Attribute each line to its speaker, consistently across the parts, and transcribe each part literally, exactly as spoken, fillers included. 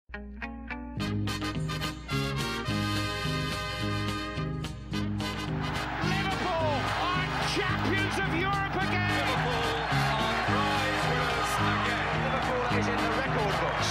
Speaker 1: Champions of Europe again. Liverpool are prize winners again. Liverpool is in the record books.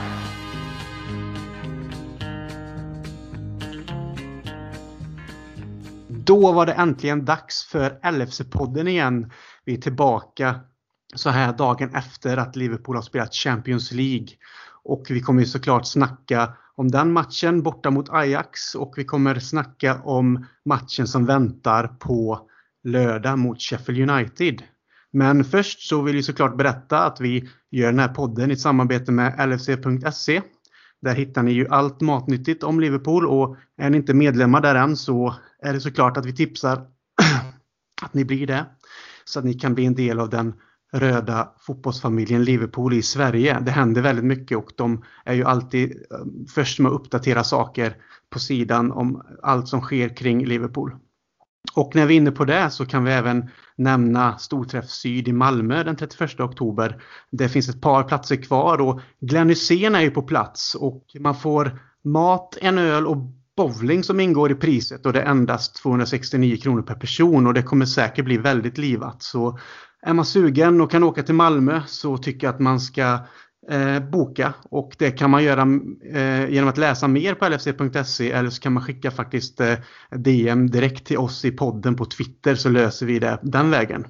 Speaker 2: Då var det äntligen dags för L F C-podden igen. Vi är tillbaka så här dagen efter att Liverpool har spelat Champions League. Och vi kommer ju såklart snacka om den matchen borta mot Ajax. Och vi kommer snacka om matchen som väntar på lördag mot Sheffield United. Men först så vill jag såklart berätta att vi gör den här podden i ett samarbete med L F C punkt se. Där hittar ni ju allt matnyttigt om Liverpool, och är ni inte medlemmar där än så är det såklart att vi tipsar att ni blir det. Så att ni kan bli en del av den röda fotbollsfamiljen Liverpool i Sverige. Det händer väldigt mycket och de är ju alltid först med att uppdatera saker på sidan om allt som sker kring Liverpool. Och när vi är inne på det så kan vi även nämna Storträff Syd i Malmö den trettioförsta oktober. Det finns ett par platser kvar och Glenn Hysén är ju på plats och man får mat, en öl och bowling som ingår i priset, och det är endast tvåhundrasextionio kronor per person, och det kommer säkert bli väldigt livat. Så är man sugen och kan åka till Malmö så tycker jag att man ska eh, boka, och det kan man göra eh, genom att läsa mer på L F C punkt se, eller så kan man skicka faktiskt eh, D M direkt till oss i podden på Twitter, så löser vi det den vägen.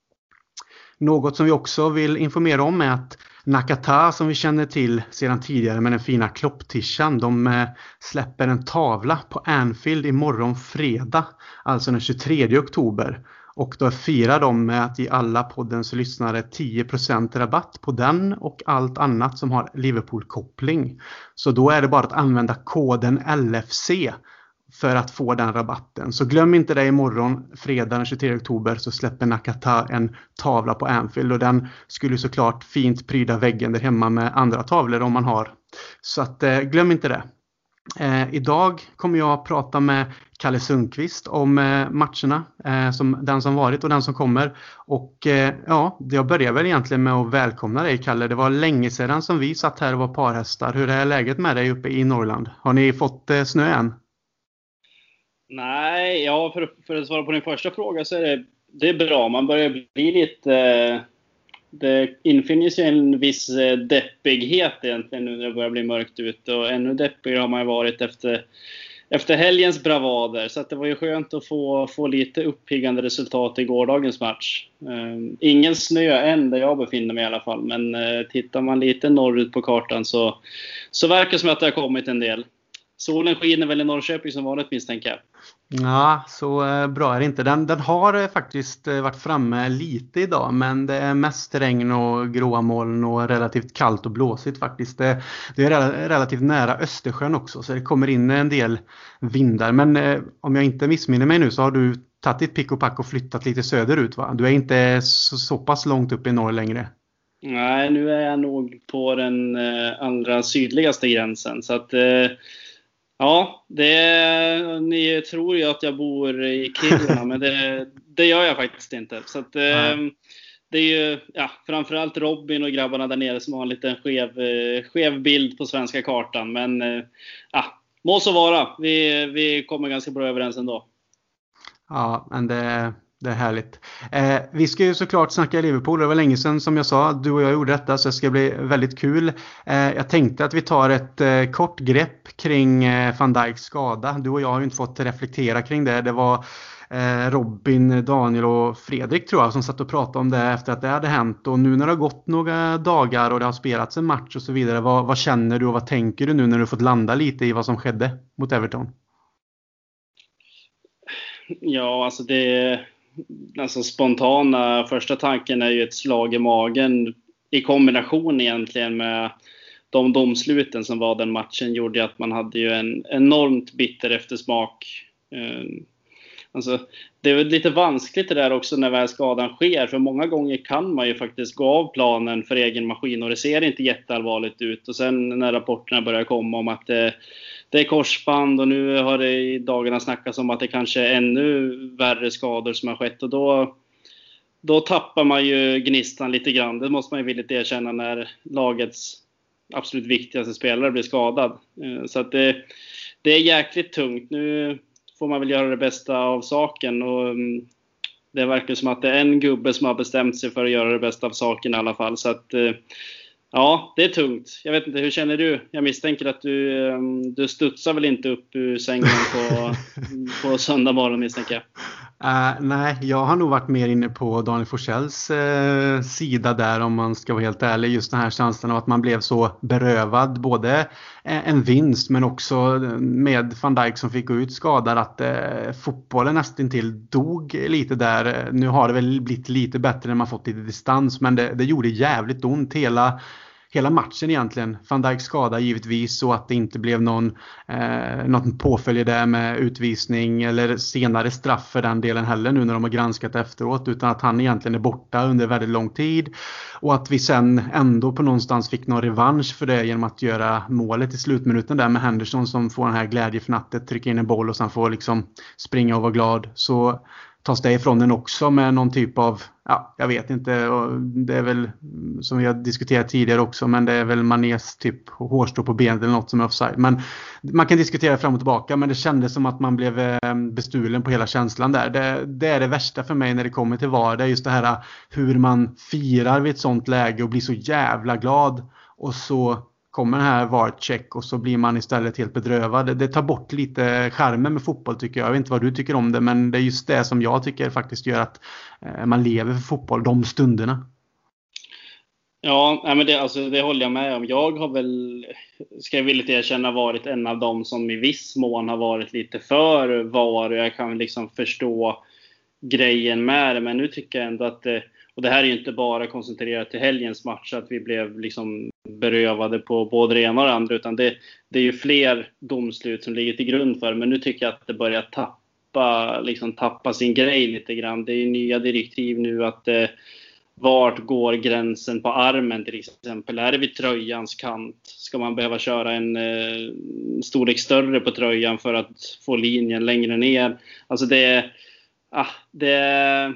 Speaker 2: Något som vi också vill informera om är att Nakata, som vi känner till sedan tidigare med den fina klopptishan, de eh, släpper en tavla på Anfield imorgon fredag, alltså den tjugotredje oktober. Och då firar de med att ge alla poddens lyssnare tio procent rabatt på den och allt annat som har Liverpool-koppling. Så då är det bara att använda koden L F C för att få den rabatten. Så glöm inte det, imorgon fredag den tjugotredje oktober så släpper Nakata en tavla på Anfield. Och den skulle såklart fint pryda väggen där hemma med andra tavlor om man har. Så att, eh, glöm inte det. Eh, idag kommer jag att prata med Kalle Sundqvist om eh, matcherna, eh, som, den som varit och den som kommer. Och eh, ja, jag börjar väl egentligen med att välkomna dig, Kalle. Det var länge sedan som vi satt här och var parhästar. Hur är läget med dig uppe i Norrland? Har ni fått eh, snö än?
Speaker 3: Nej, ja, för, för att svara på din första fråga så är det, det är bra. Man börjar bli lite... Eh, det infinner sig en viss eh, deppighet egentligen nu när det börjar bli mörkt ute. Och ännu deppigare har man ju varit efter, efter helgens bravader. Så att det var ju skönt att få, få lite uppiggande resultat i gårdagens match. Eh, ingen snö än där jag befinner mig i alla fall. Men eh, tittar man lite norrut på kartan så, så verkar det som att det har kommit en del. Solen skiner väl i Norrköping som vanligt, misstänker jag.
Speaker 2: Ja, så eh, bra är det inte. Den, den har eh, faktiskt eh, varit framme lite idag, men det är mest regn och gråa moln och relativt kallt och blåsigt faktiskt. Det, det är rel- relativt nära Östersjön också, så det kommer in en del vindar. Men eh, om jag inte missminner mig nu så har du tagit ditt pick och pack och flyttat lite söderut, va? Du är inte så, så pass långt upp i norr längre.
Speaker 3: Nej, nu är jag nog på den eh, allra sydligaste gränsen, så att... Eh, Ja, det, ni tror ju att jag bor i Kiruna, men det, det gör jag faktiskt inte. Så att, mm. det är ju ja, framförallt Robin och grabbarna där nere som har en liten skev, skev bild på svenska kartan. Men ja, må så vara. Vi, vi kommer ganska bra överens ändå.
Speaker 2: Ja, men det... Det är härligt. Eh, vi ska ju såklart snacka Liverpool. Det var länge sedan som jag sa. Du och jag gjorde detta, så det ska bli väldigt kul. Eh, jag tänkte att vi tar ett eh, kort grepp kring eh, Van Dijks skada. Du och jag har ju inte fått reflektera kring det. Det var eh, Robin, Daniel och Fredrik tror jag som satt och pratade om det efter att det hade hänt. Och nu när det har gått några dagar och det har spelats en match och så vidare. Vad, vad känner du och vad tänker du nu när du fått landa lite i vad som skedde mot Everton?
Speaker 3: Ja, alltså det... Alltså spontana första tanken är ju ett slag i magen i kombination egentligen med de domsluten som var den matchen, gjorde att man hade ju en enormt bitter eftersmak. Alltså, det är väl lite vanskligt det där också när väl skadan sker, för många gånger kan man ju faktiskt gå av planen för egen maskin och det ser inte jätteallvarligt ut, och sen när rapporterna börjar komma om att det Det är korsband och nu har det i dagarna snackats om att det kanske är ännu värre skador som har skett. Och då, då tappar man ju gnistan lite grann. Det måste man ju villigt erkänna när lagets absolut viktigaste spelare blir skadad. Eh, så att det, det är jäkligt tungt. Nu får man väl göra det bästa av saken. Och mm, det verkar som att det är en gubbe som har bestämt sig för att göra det bästa av saken i alla fall. Så att eh, ja, det är tungt. Jag vet inte, hur känner du? Jag misstänker att du, eh, du studsar väl inte upp ur sängen på, på söndag morgon, misstänker jag.
Speaker 2: Uh, nej, jag har nog varit mer inne på Daniel Forssells uh, sida där, om man ska vara helt ärlig. Just den här känslan av att man blev så berövad, både en vinst men också med Van Dijk som fick gå ut skadad, att uh, fotbollen nästan till dog lite där. Nu har det väl blivit lite bättre när man fått lite distans, men det, det gjorde jävligt ont hela Hela matchen egentligen. Van Dijk skada givetvis, så att det inte blev någon eh, något påföljd där med utvisning eller senare straff för den delen heller nu när de har granskat efteråt, utan att han egentligen är borta under väldigt lång tid, och att vi sen ändå på någonstans fick någon revansch för det genom att göra målet i slutminuten där med Henderson som får den här glädjefnattet, trycka in en boll och sen får liksom springa och vara glad. Så tas det ifrån den också med någon typ av, ja, jag vet inte, och det är väl som vi har diskuterat tidigare också, men det är väl Manés typ hårstrå på benet eller något som är offside. Men man kan diskutera fram och tillbaka, men det kändes som att man blev bestulen på hela känslan där. Det, det är det värsta för mig när det kommer till V A R. Det är just det här hur man firar vid ett sånt läge och blir så jävla glad, och så kommer den här V A R-check och så blir man istället helt bedrövad. Det, det tar bort lite charmen med fotboll, tycker jag. Jag vet inte vad du tycker om det, men det är just det som jag tycker faktiskt gör att eh, man lever för fotboll de stunderna.
Speaker 3: Ja, men det, alltså, det håller jag med om. Jag har väl, ska jag vilja erkänna, varit en av dem som i viss mån har varit lite för V A R. Jag kan liksom förstå grejen med det, men nu tycker jag ändå att det, och det här är ju inte bara koncentrerat till helgens match, att vi blev liksom berövade på både det ena och det andra, utan det, det är ju fler domslut som ligger till grund för. Men nu tycker jag att det börjar tappa, liksom tappa sin grej lite grann. Det är ju nya direktiv nu att eh, vart går gränsen på armen till exempel? Är det vid tröjans kant? Ska man behöva köra en eh, storlek större på tröjan för att få linjen längre ner? Alltså det, ah, det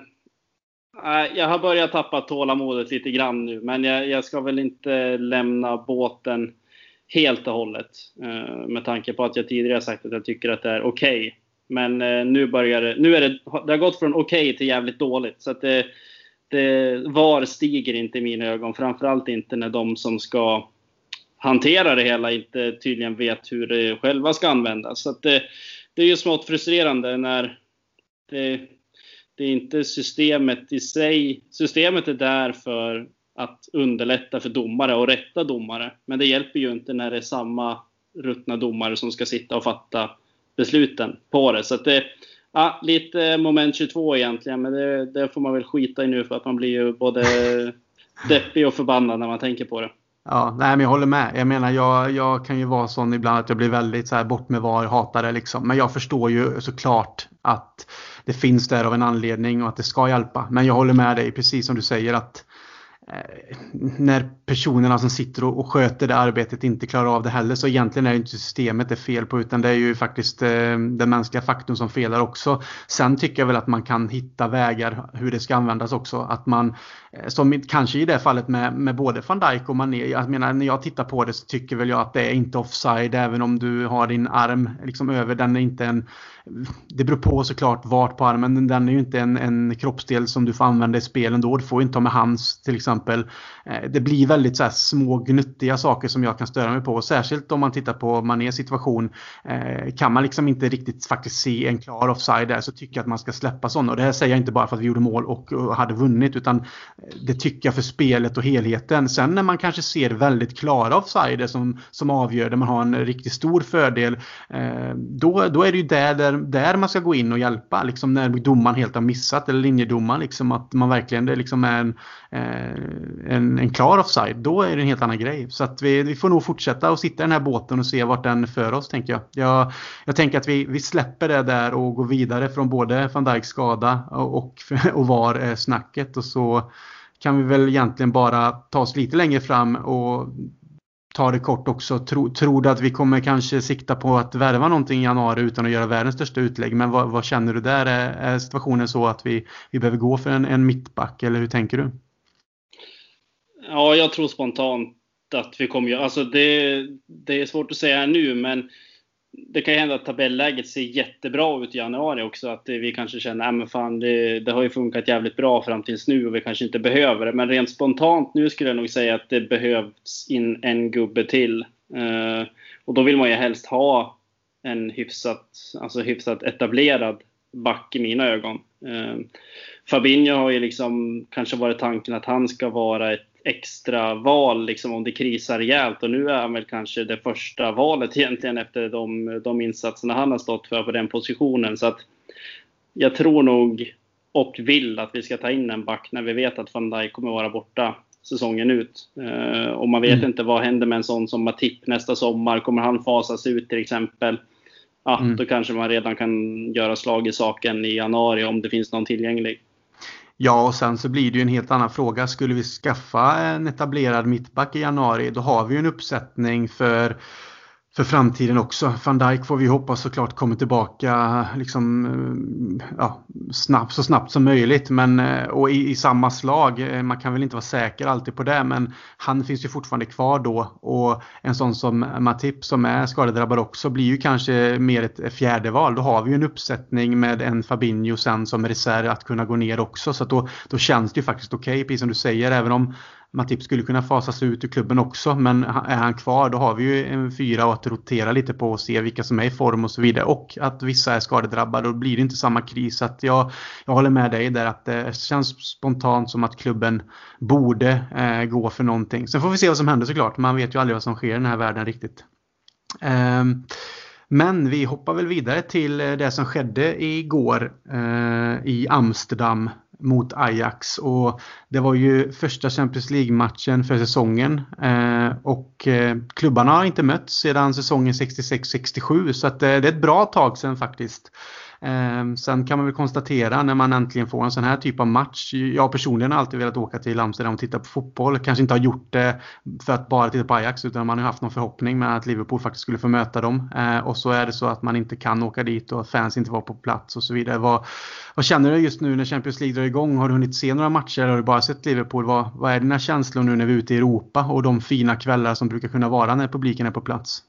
Speaker 3: jag har börjat tappa tålamodet lite grann nu, men jag, jag ska väl inte lämna båten helt och hållet, eh, med tanke på att jag tidigare sagt att jag tycker att det är okej. Okay. Men eh, nu börjar det, nu är det, det har gått från okej okay till jävligt dåligt, så att det, det V A R stiger inte i mina ögon, framförallt inte när de som ska hantera det hela inte tydligen vet hur det själva ska användas. Så att det, det är ju smått frustrerande när det Det är inte systemet i sig. Systemet är där för att underlätta för domare och rätta domare. Men det hjälper ju inte när det är samma ruttna domare som ska sitta och fatta besluten på det. Så att det ja, lite moment tjugotvå egentligen. Men det, det får man väl skita i nu, för att man blir ju både deppig och förbannad när man tänker på det.
Speaker 2: Ja, nej, men jag håller med. Jag menar, jag, jag kan ju vara sån ibland att jag blir väldigt så här bort med V A R, hatar det liksom. Men jag förstår ju såklart att det finns där av en anledning och att det ska hjälpa. Men jag håller med dig, precis som du säger, att eh, när personerna som sitter och, och sköter det arbetet inte klarar av det heller, så egentligen är det inte systemet det är fel på, utan det är ju faktiskt eh, den mänskliga faktorn som felar också. Sen tycker jag väl att man kan hitta vägar hur det ska användas också. Att man, eh, som kanske i det fallet med, med både Van Dijk och Mané, jag menar, när jag tittar på det så tycker väl jag att det är inte offside, även om du har din arm liksom över, den är inte en, det beror på såklart vart på armen, den är ju inte en, en kroppsdel som du får använda i spelen då. Du får inte ha med hands till exempel. Eh, det blir väldigt så här små gnuttiga saker som jag kan störa mig på, och särskilt om man tittar på Manés situation, eh, kan man liksom inte riktigt faktiskt se en klar offside där, så tycker jag att man ska släppa sådana. Och det här säger jag inte bara för att vi gjorde mål och, och hade vunnit, utan det tycker jag för spelet och helheten. Sen när man kanske ser väldigt klara offside som, som avgör, där man har en riktigt stor fördel, eh, då, då är det ju där, där, där man ska gå in och hjälpa, liksom när domaren helt har missat, eller linjedomaren, liksom att man verkligen, det liksom är en, eh, en, en klar offside, då är det en helt annan grej. Så att vi, vi får nog fortsätta att sitta i den här båten och se vart den för oss, tänker jag. Jag, jag tänker att vi, vi släpper det där och går vidare från både Van Dijks skada och, och, och V A R-snacket, och så kan vi väl egentligen bara ta oss lite längre fram och ta det kort också. Tro, tror du att vi kommer kanske sikta på att värva någonting i januari utan att göra världens största utlägg? Men vad, vad känner du där? Är, är situationen så att vi, vi behöver gå för en, en mittback, eller hur tänker du?
Speaker 3: Ja, jag tror spontant att vi kommer göra. Alltså det, det är svårt att säga nu, men det kan ju hända att tabelläget ser jättebra ut i januari också. Att vi kanske känner, nej men fan, det, det har ju funkat jävligt bra fram tills nu och vi kanske inte behöver det. Men rent spontant nu skulle jag nog säga att det behövs in en gubbe till. Uh, och då vill man ju helst ha en hyfsat, alltså hyfsat etablerad back i mina ögon. Uh, Fabinho har ju liksom kanske varit tanken att han ska vara ett extra val liksom om det krisar rejält, och nu är han väl kanske det första valet egentligen efter de, de insatserna han har stått för på den positionen. Så att jag tror nog och vill att vi ska ta in en back när vi vet att Van Dijk kommer vara borta säsongen ut. Uh, och man vet mm. inte vad händer med en sån som Matip nästa sommar. Kommer han fasas ut till exempel? Ja, mm. då kanske man redan kan göra slag i saken i januari om det finns någon tillgänglig.
Speaker 2: Ja, och sen så blir det ju en helt annan fråga. Skulle vi skaffa en etablerad mittback i januari, då har vi ju en uppsättning för, för framtiden också. Van Dijk får vi hoppas såklart kommer tillbaka liksom, ja, snabbt, så snabbt som möjligt. Men, och i, i samma slag, man kan väl inte vara säker alltid på det, men han finns ju fortfarande kvar då. Och en sån som Matip som är skadedrabbad också blir ju kanske mer ett fjärde val. Då har vi ju en uppsättning med en Fabinho sen som reserv att kunna gå ner också. Så att då, då känns det ju faktiskt okej, okay, precis som du säger, även om Matip skulle kunna fasas ut ur klubben också, men är han kvar då har vi ju en fyra att rotera lite på och se vilka som är i form och så vidare, och att vissa är skadedrabbade, och då blir det inte samma kris. Att jag, jag håller med dig där att det känns spontant som att klubben borde eh, gå för någonting. Sen får vi se vad som händer såklart, man vet ju aldrig vad som sker i den här världen riktigt. Eh, men vi hoppar väl vidare till det som skedde igår eh, i Amsterdam mot Ajax, och det var ju första Champions League-matchen för säsongen eh, och eh, klubbarna har inte mötts sedan säsongen sextiosex sextiosju, så att, eh, det är ett bra tag sedan faktiskt. Eh, sen kan man väl konstatera när man äntligen får en sån här typ av match. Jag personligen har alltid velat åka till Amsterdam och titta på fotboll. Kanske inte har gjort det för att bara titta på Ajax, utan man har haft någon förhoppning med att Liverpool faktiskt skulle få möta dem. Eh, och så är det så att man inte kan åka dit och fans inte var på plats och så vidare. Vad, vad känner du just nu när Champions League drar igång? Har du hunnit se några matcher eller har du bara sett Liverpool? Vad, vad är dina känslor nu när vi är ute i Europa och de fina kvällar som brukar kunna vara när publiken är på plats?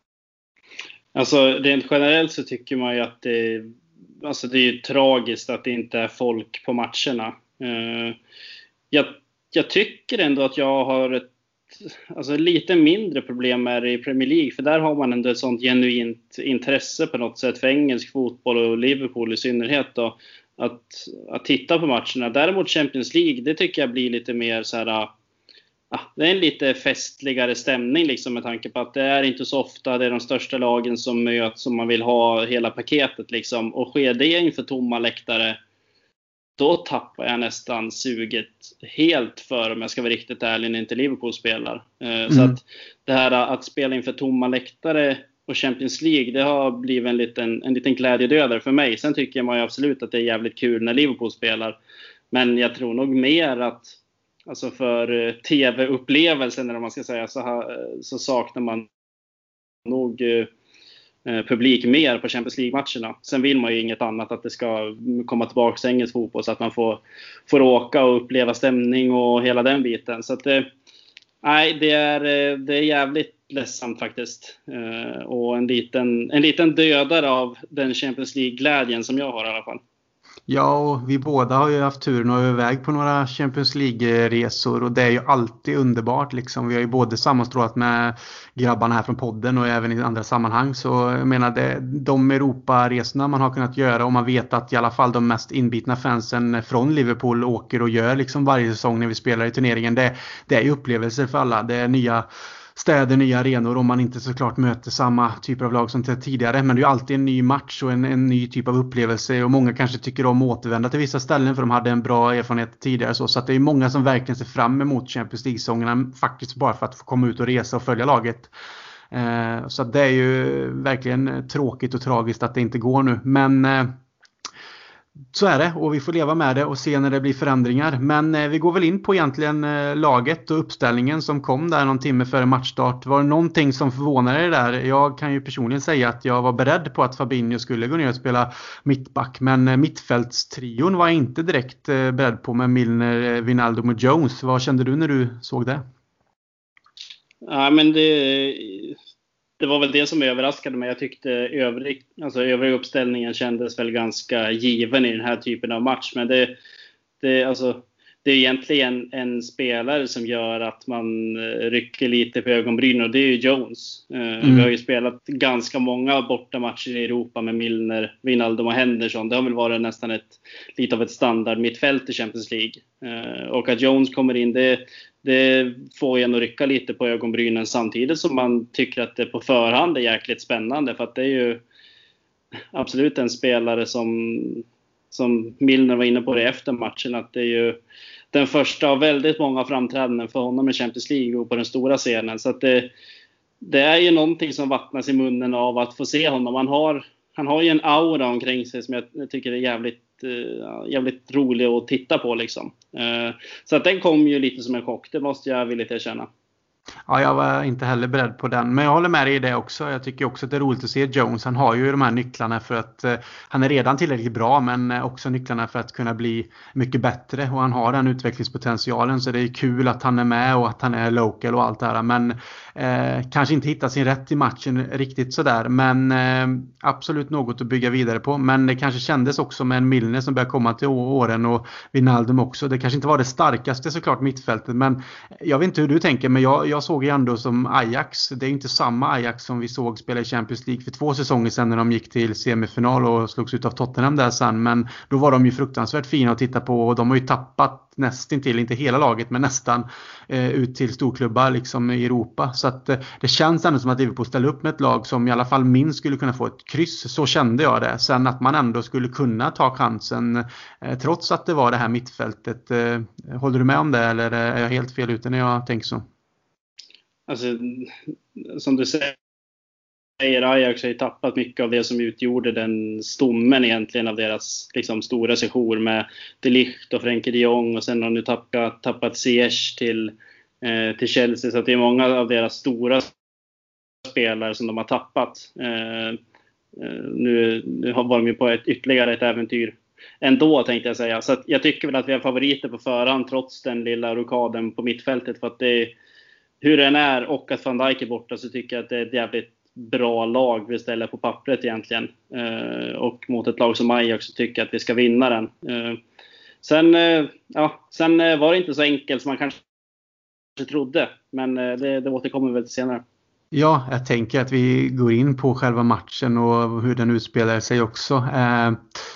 Speaker 3: Alltså rent generellt så tycker man ju att det, alltså det är ju tragiskt att det inte är folk på matcherna. Uh, jag, jag tycker ändå att jag har ett alltså lite mindre problem med det i Premier League, för där har man ändå ett sånt genuint intresse på något sätt för engelsk fotboll och Liverpool i synnerhet då, att, att titta på matcherna. Däremot Champions League, det tycker jag blir lite mer så här. Ja, det är en lite festligare stämning liksom, med tanke på att det är inte så ofta det är de största lagen som möts, som man vill ha hela paketet liksom. Och sker det inför tomma läktare, då tappar jag nästan suget helt för, om jag ska vara riktigt ärlig, när inte Liverpool spelar. Mm. Så att det här att spela inför tomma läktare och Champions League, det har blivit en liten, en liten glädjedödare för mig. Sen tycker man ju absolut att det är jävligt kul när Liverpool spelar. Men jag tror nog mer att alltså för tv-upplevelsen, eller man ska säga, så, här, så saknar man nog eh, publik mer på Champions League-matcherna. Sen vill man ju inget annat, att det ska komma tillbaka till engelsk fotboll så att man får, får åka och uppleva stämning och hela den biten. Så att eh, nej, det är, det är jävligt ledsamt faktiskt. Eh, och en liten, en liten dödare av den Champions League-glädjen som jag har i alla fall.
Speaker 2: Ja, och vi båda har ju haft turen att vara iväg på några Champions League-resor, och det är ju alltid underbart liksom. Vi har ju både sammanstrålat med grabbarna här från podden och även i andra sammanhang, så jag menar det, de Europa-resorna man har kunnat göra, och man vet att i alla fall de mest inbitna fansen från Liverpool åker och gör liksom varje säsong när vi spelar i turneringen, det, det är ju upplevelser för alla. Det är nya städer, nya arenor, om man inte såklart möter samma typer av lag som tidigare. Men det är ju alltid en ny match och en, en ny typ av upplevelse. Och många kanske tycker om att återvända till vissa ställen för de hade en bra erfarenhet tidigare. Så, så att det är många som verkligen ser fram emot Champions League-säsongerna faktiskt bara för att få komma ut och resa och följa laget. Eh, så att det är ju verkligen tråkigt och tragiskt att det inte går nu. Men eh, så är det, och vi får leva med det och se när det blir förändringar. Men eh, vi går väl in på egentligen eh, laget och uppställningen som kom där någon timme före matchstart. Var det någonting som förvånade dig där? Jag kan ju personligen säga att jag var beredd på att Fabinho skulle gå ner och spela mittback. Men eh, mittfältstrion var jag inte direkt eh, beredd på med Milner, eh, Wijnaldum och Jones. Vad kände du när du såg det?
Speaker 3: Ja, men det, det var väl det som överraskade mig. Jag tyckte övrig, alltså övrig uppställningen kändes väl ganska given i den här typen av match. Men det, det, alltså, det är egentligen en spelare som gör att man rycker lite på ögonbrynen, och det är ju Jones. Mm. Vi har ju spelat ganska många bortamatcher i Europa med Milner, Wijnaldum och Henderson. Det har väl varit nästan ett, lite av ett standard mittfält i Champions League. Och att Jones kommer in, det, det får en att rycka lite på ögonbrynen, samtidigt som man tycker att det på förhand är jäkligt spännande. För att det är ju absolut en spelare som, som Milner var inne på det efter matchen, att det är ju den första av väldigt många framträdanden för honom i Champions League och på den stora scenen. Så att det, det är ju någonting som vattnas i munnen av att få se honom. Han har, han har ju en aura omkring sig som jag tycker är jävligt, uh, jävligt rolig att titta på liksom. Uh, så att den kom ju lite som en chock, det måste jag villigt erkänna.
Speaker 2: Ja, jag var inte heller beredd på den. Men jag håller med dig i det också. Jag tycker också att det är roligt att se Jones. Han har ju de här nycklarna för att eh, han är redan tillräckligt bra, men också nycklarna för att kunna bli mycket bättre. Och han har den utvecklingspotentialen, så det är kul att han är med och att han är local och allt det här. Men eh, kanske inte hittar sin rätt i matchen riktigt sådär. Men eh, absolut något att bygga vidare på. Men det kanske kändes också med en Milner som börjar komma till åren, och Wijnaldum också. Det kanske inte var det starkaste såklart mittfältet. Men jag vet inte hur du tänker, men jag, jag såg ju ändå som Ajax. Det är inte samma Ajax som vi såg spela i Champions League för två säsonger sedan när de gick till semifinal och slogs ut av Tottenham där sen. Men då var de ju fruktansvärt fina att titta på, och de har ju tappat nästan till, inte hela laget, men nästan eh, ut till storklubbar liksom i Europa. Så att eh, det känns ändå som att Liverpool ställer upp med ett lag som i alla fall minst skulle kunna få ett kryss. Så kände jag det. Sen att man ändå skulle kunna ta chansen eh, trots att det var det här mittfältet. Eh, håller du med om det, eller är jag helt fel ute när jag tänker så?
Speaker 3: Alltså, som du säger, Ajax har ju tappat mycket av det som utgjorde den stommen egentligen av deras liksom stora sejour med De Ligt och Frenkie de Jong, och sen har nu tappat, tappat Ziyech till, eh, till Chelsea. Så att det är många av deras stora spelare som de har tappat. Eh, nu, nu har de ju på ett, ytterligare ett äventyr ändå, tänkte jag säga. Så att jag tycker väl att vi har favoriter på förhand trots den lilla rokaden på mittfältet, för att det är, hur den är, och att Van Dijk är borta, så tycker jag att det är ett jävligt bra lag vi ställer på pappret egentligen. Eh, och mot ett lag som Ajax så tycker jag att vi ska vinna den. Eh, sen, eh, ja, sen var det inte så enkelt som man kanske trodde, men eh, det, det återkommer väl senare.
Speaker 2: Ja, jag tänker att vi går in på själva matchen och hur den utspelar sig också. Eh,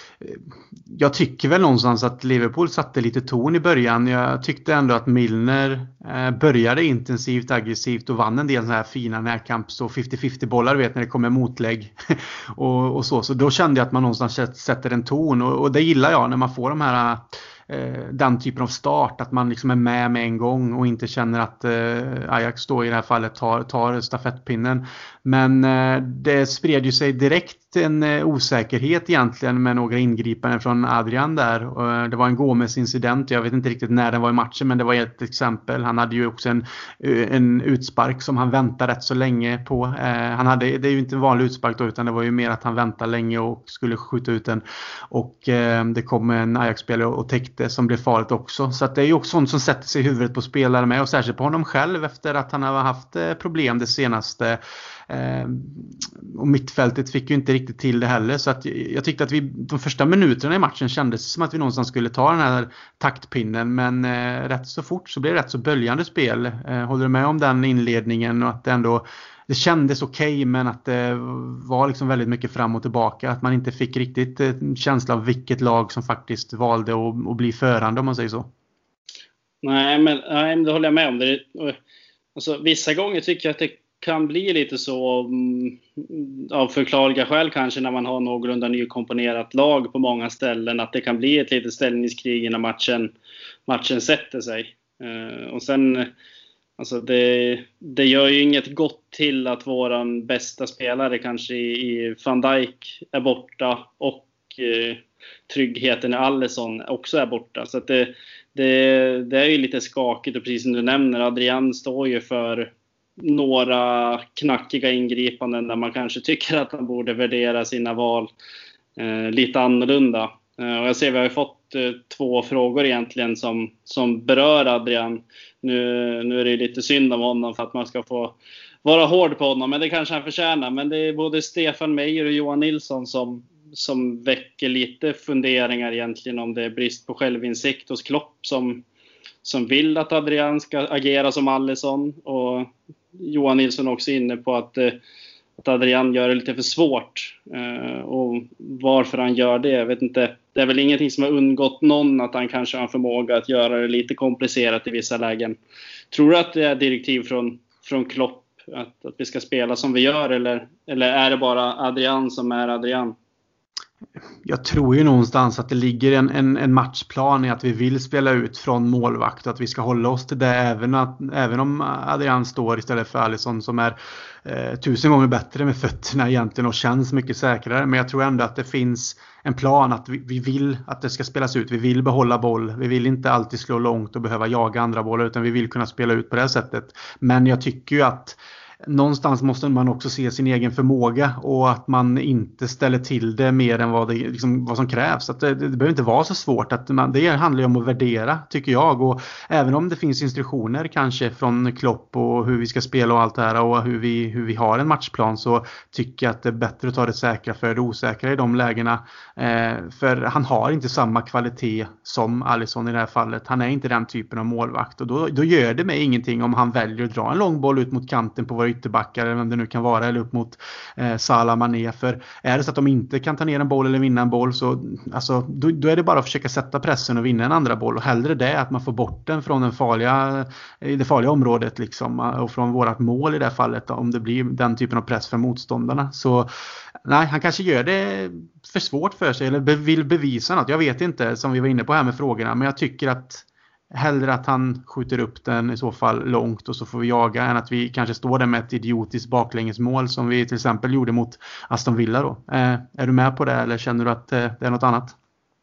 Speaker 2: Jag tycker väl någonstans att Liverpool satte lite ton i början. Jag tyckte ändå att Milner eh, började intensivt, aggressivt och vann en del sådana här fina närkamps- och femtio femtio bollar, vet, när det kommer motlägg och, och så. Så då kände jag att man någonstans sätter en ton, och, och det gillar jag när man får de här eh, den typen av start, att man liksom är med med en gång och inte känner att eh, Ajax då i det här fallet tar, tar stafettpinnen. Men eh, det spred ju sig direkt en eh, osäkerhet egentligen med några ingripanden från Adrian där. Och det var en Gomez-incident, jag vet inte riktigt när den var i matchen, men det var ett exempel. Han hade ju också en, en utspark som han väntade rätt så länge på. Eh, han hade, det är ju inte en vanlig utspark då, utan det var ju mer att han väntade länge och skulle skjuta ut den. Och eh, det kom en Ajax-spelare och täckte, som blev farligt också. Så att det är ju också sånt som sätter sig i huvudet på spelare med, och särskilt på honom själv efter att han har haft eh, problem det senaste. Eh, och mittfältet fick ju inte riktigt till det heller, så att jag tyckte att vi de första minuterna i matchen kändes som att vi någonstans skulle ta den här taktpinnen, men eh, rätt så fort så blev det rätt så böljande spel. Eh, håller du med om den inledningen, och att det ändå det kändes okej, okay, men att det var liksom väldigt mycket fram och tillbaka, att man inte fick riktigt eh, känsla av vilket lag som faktiskt valde att, att bli förande, om man säger så.
Speaker 3: Nej, men, nej, men det håller jag med om. Det, alltså, vissa gånger tycker jag att det kan bli lite så av förklarliga skäl kanske, när man har någorlunda nykomponerat lag på många ställen, att det kan bli ett litet ställningskrig innan matchen, matchen sätter sig. Uh, och sen alltså det, det gör ju inget gott till att våran bästa spelare kanske i, i Van Dijk är borta, och uh, tryggheten i Alisson också är borta. Så att det, det, det är ju lite skakigt, och precis som du nämner, Adrian står ju för några knackiga ingripanden där man kanske tycker att han borde värdera sina val eh, lite annorlunda. Eh, och jag ser vi har ju fått eh, två frågor egentligen som, som berör Adrian. Nu, nu är det lite synd om honom för att man ska få vara hård på honom, men det kanske han förtjänar. Men det är både Stefan Meijer och Johan Nilsson som, som väcker lite funderingar egentligen om det är brist på självinsikt hos Klopp som, som vill att Adrian ska agera som Alisson. Och Johan Nilsson också inne på att, att Adrian gör det lite för svårt. Och varför han gör det, jag vet inte. Det är väl ingenting som har undgått någon att han kanske har en förmåga att göra det lite komplicerat i vissa lägen. Tror du att det är direktiv från, från Klopp att, att vi ska spela som vi gör, eller, eller är det bara Adrian som är Adrian?
Speaker 2: Jag tror ju någonstans att det ligger en, en, en matchplan i att vi vill spela ut från målvakt, att vi ska hålla oss till det även, att, även om Adrian står istället för Alisson som är eh, tusen gånger bättre med fötterna egentligen och känns mycket säkrare. Men jag tror ändå att det finns en plan att vi, vi vill att det ska spelas ut. Vi vill behålla boll. Vi vill inte alltid slå långt och behöva jaga andra bollar, utan vi vill kunna spela ut på det här sättet. Men jag tycker ju att någonstans måste man också se sin egen förmåga och att man inte ställer till det mer än vad, det, liksom, vad som krävs. Att det, det behöver inte vara så svårt. Att man, det handlar ju om att värdera, tycker jag. Och även om det finns instruktioner kanske från Klopp och hur vi ska spela och allt det här och hur vi, hur vi har en matchplan, så tycker jag att det är bättre att ta det säkra för det osäkra i de lägena. Eh, för han har inte samma kvalitet som Alisson i det här fallet. Han är inte den typen av målvakt. Och då, då gör det mig ingenting om han väljer att dra en lång boll ut mot kanten på våra ytterbackar eller vem det nu kan vara, eller upp mot eh, Salah, Mané. För är det så att de inte kan ta ner en boll eller vinna en boll, så alltså, då, då är det bara att försöka sätta pressen och vinna en andra boll. Och hellre det, att man får bort den från den farliga, i det farliga området liksom, och från vårat mål i det här fallet, om det blir den typen av press för motståndarna. Så nej, han kanske gör det för svårt för sig eller vill bevisa något. Jag vet inte, som vi var inne på här med frågorna, men jag tycker att hellre att han skjuter upp den i så fall långt och så får vi jaga, än att vi kanske står där med ett idiotiskt baklängesmål som vi till exempel gjorde mot Aston Villa då. Eh, är du med på det, eller känner du att eh, det är något annat?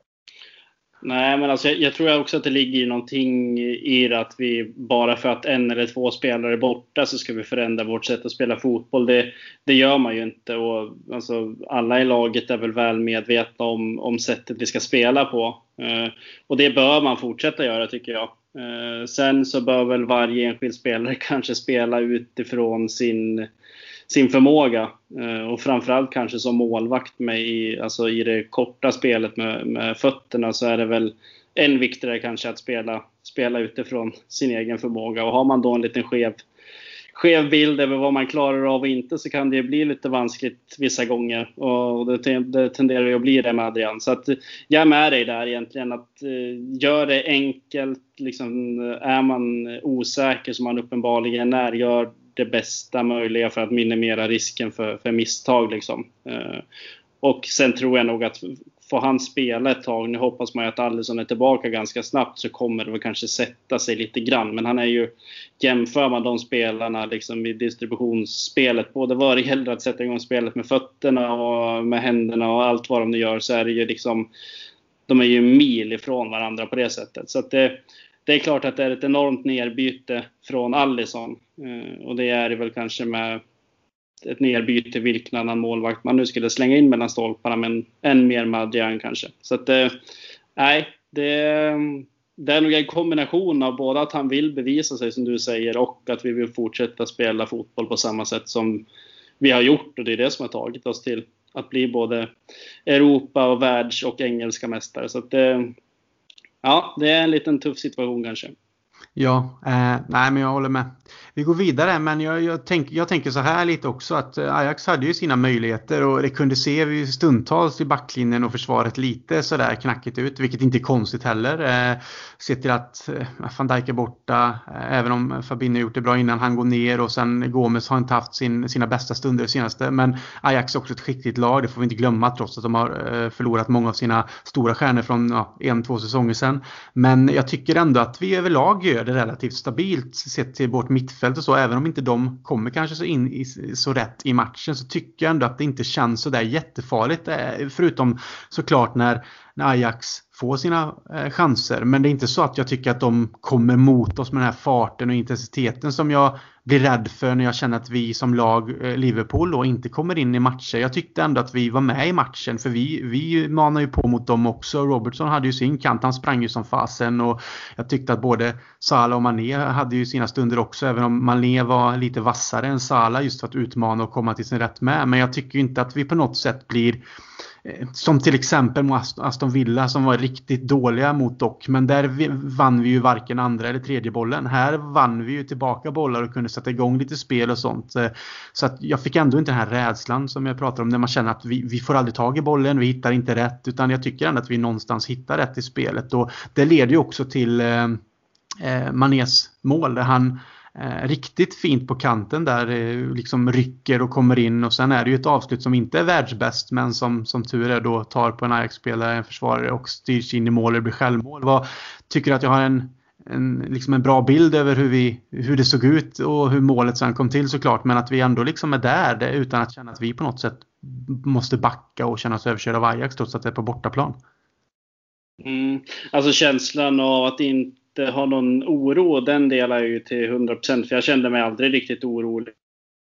Speaker 3: Nej, men alltså jag, jag tror också att det ligger någonting i det, att vi bara för att en eller två spelare är borta så ska vi förändra vårt sätt att spela fotboll. Det, det gör man ju inte. Och alltså, alla i laget är väl väl medvetna om, om sättet vi ska spela på. Eh, och det bör man fortsätta göra, tycker jag. Eh, sen så bör väl varje enskild spelare kanske spela utifrån sin... sin förmåga, och framförallt kanske som målvakt med i, alltså i det korta spelet med, med fötterna, så är det väl än viktigare kanske att spela, spela utifrån sin egen förmåga. Och har man då en liten skev, skev bild över vad man klarar av och inte, så kan det bli lite vanskligt vissa gånger, och det, det tenderar ju att bli det med Adrian. Så att jag är med dig där egentligen, att uh, gör det enkelt liksom, är man osäker som man uppenbarligen är, gör det bästa möjliga för att minimera risken för, för misstag liksom. Eh, och sen tror jag nog att får han spela ett tag, nu hoppas man ju att Alisson är tillbaka ganska snabbt, så kommer det väl kanske sätta sig lite grann. Men han är ju, jämför man de spelarna liksom i distributionsspelet, både vad det gäller att sätta igång spelet med fötterna och med händerna och allt vad de nu gör, så är det ju liksom, de är ju mil ifrån varandra på det sättet. Så att det Det är klart att det är ett enormt nerbyte från Alisson. Eh, och det är det väl kanske med ett nerbyte vilken annan målvakt man nu skulle slänga in mellan stolparna, men än mer med Adrian kanske. Så att eh, nej, det, det är nog en kombination av både att han vill bevisa sig som du säger, och att vi vill fortsätta spela fotboll på samma sätt som vi har gjort. Och det är det som har tagit oss till att bli både Europa och världs- och engelska mästare. Så att det, ja, det är en liten tuff situation kanske.
Speaker 2: Ja, eh, nej men jag håller med. Vi går vidare, men jag, jag, tänk, jag tänker så här lite också, att Ajax hade ju sina möjligheter och det kunde se vi stundtals i backlinjen och försvaret lite sådär knackigt ut, vilket inte är konstigt heller. Eh, se till att eh, Van Dijk är borta, eh, även om Fabinho gjort det bra innan han går ner, och sen Gomes har inte haft sin, sina bästa stunder senaste, men Ajax är också ett skickligt lag, det får vi inte glömma, trots att de har eh, förlorat många av sina stora stjärnor från ja, en, två säsonger sedan. Men jag tycker ändå att vi överlag gör det relativt stabilt sett till vårt mittfält och så, även om inte de kommer kanske så in i, så rätt i matchen, så tycker jag ändå att det inte känns så där jättefarligt, förutom såklart när, när Ajax får sina eh, chanser. Men det är inte så att jag tycker att de kommer mot oss med den här farten och intensiteten som jag blir rädd för när jag känner att vi som lag Liverpool då inte kommer in i matcher. Jag tyckte ändå att vi var med i matchen, för vi, vi manar ju på mot dem också. Robertson hade ju sin kant, han sprang ju som fasen, och jag tyckte att både Salah och Mané hade ju sina stunder också, även om Mané var lite vassare än Salah just för att utmana och komma till sin rätt med. Men jag tycker inte att vi på något sätt blir som till exempel mot Aston Villa som var riktigt dåliga mot dock. Men där vi, vann vi ju varken andra eller tredje bollen. Här vann vi ju tillbaka bollar och kunde sätta igång lite spel och sånt. Så att jag fick ändå inte den här rädslan som jag pratar om, när man känner att vi, vi får aldrig tag i bollen, vi hittar inte rätt. Utan jag tycker ändå att vi någonstans hittar rätt i spelet. Och det leder ju också till eh, Manés mål där han Eh, riktigt fint på kanten där eh, liksom rycker och kommer in, och sen är det ju ett avslut som inte är världsbäst, men som, som tur är då tar på en Ajax-spelare, en försvarare, och styrs in i mål och blir självmål. Vad tycker du att jag har en, en, liksom en bra bild över hur, vi, hur det såg ut och hur målet sen kom till såklart, men att vi ändå liksom är där det, utan att känna att vi på något sätt måste backa och känna oss överkörda av Ajax trots att det är på bortaplan.
Speaker 3: Mm. Alltså känslan av att inte ha någon oro, den delar jag ju till hundra procent, för jag kände mig aldrig riktigt orolig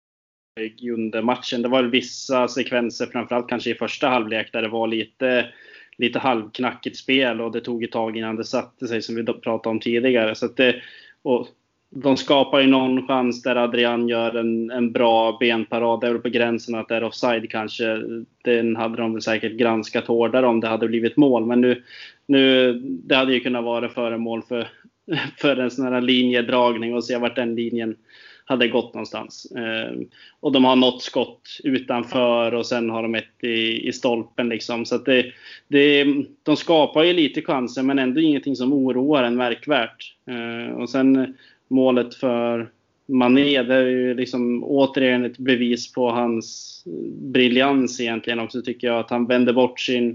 Speaker 3: under matchen. Det var vissa sekvenser, framförallt kanske i första halvlek, där det var lite, lite halvknackigt spel och det tog ett tag innan det satte sig, som vi pratade om tidigare. Så att det, och de skapar ju någon chans där Adrian gör en, en bra benparad. Det är väl på gränsen att det är offside kanske. Den hade de väl säkert granskat hårdare om det hade blivit mål. Men nu, nu det hade ju kunnat vara föremål för, för en sån här linjedragning och se vart den linjen hade gått någonstans. Eh, och de har något skott utanför och sen har de ett i, i stolpen liksom. Så att det, det, de skapar ju lite chanser, men ändå ingenting som oroar en märkvärt. Eh, och sen målet för Mané, det är ju liksom återigen ett bevis på hans briljans egentligen också, tycker jag. Att han vänder bort sin,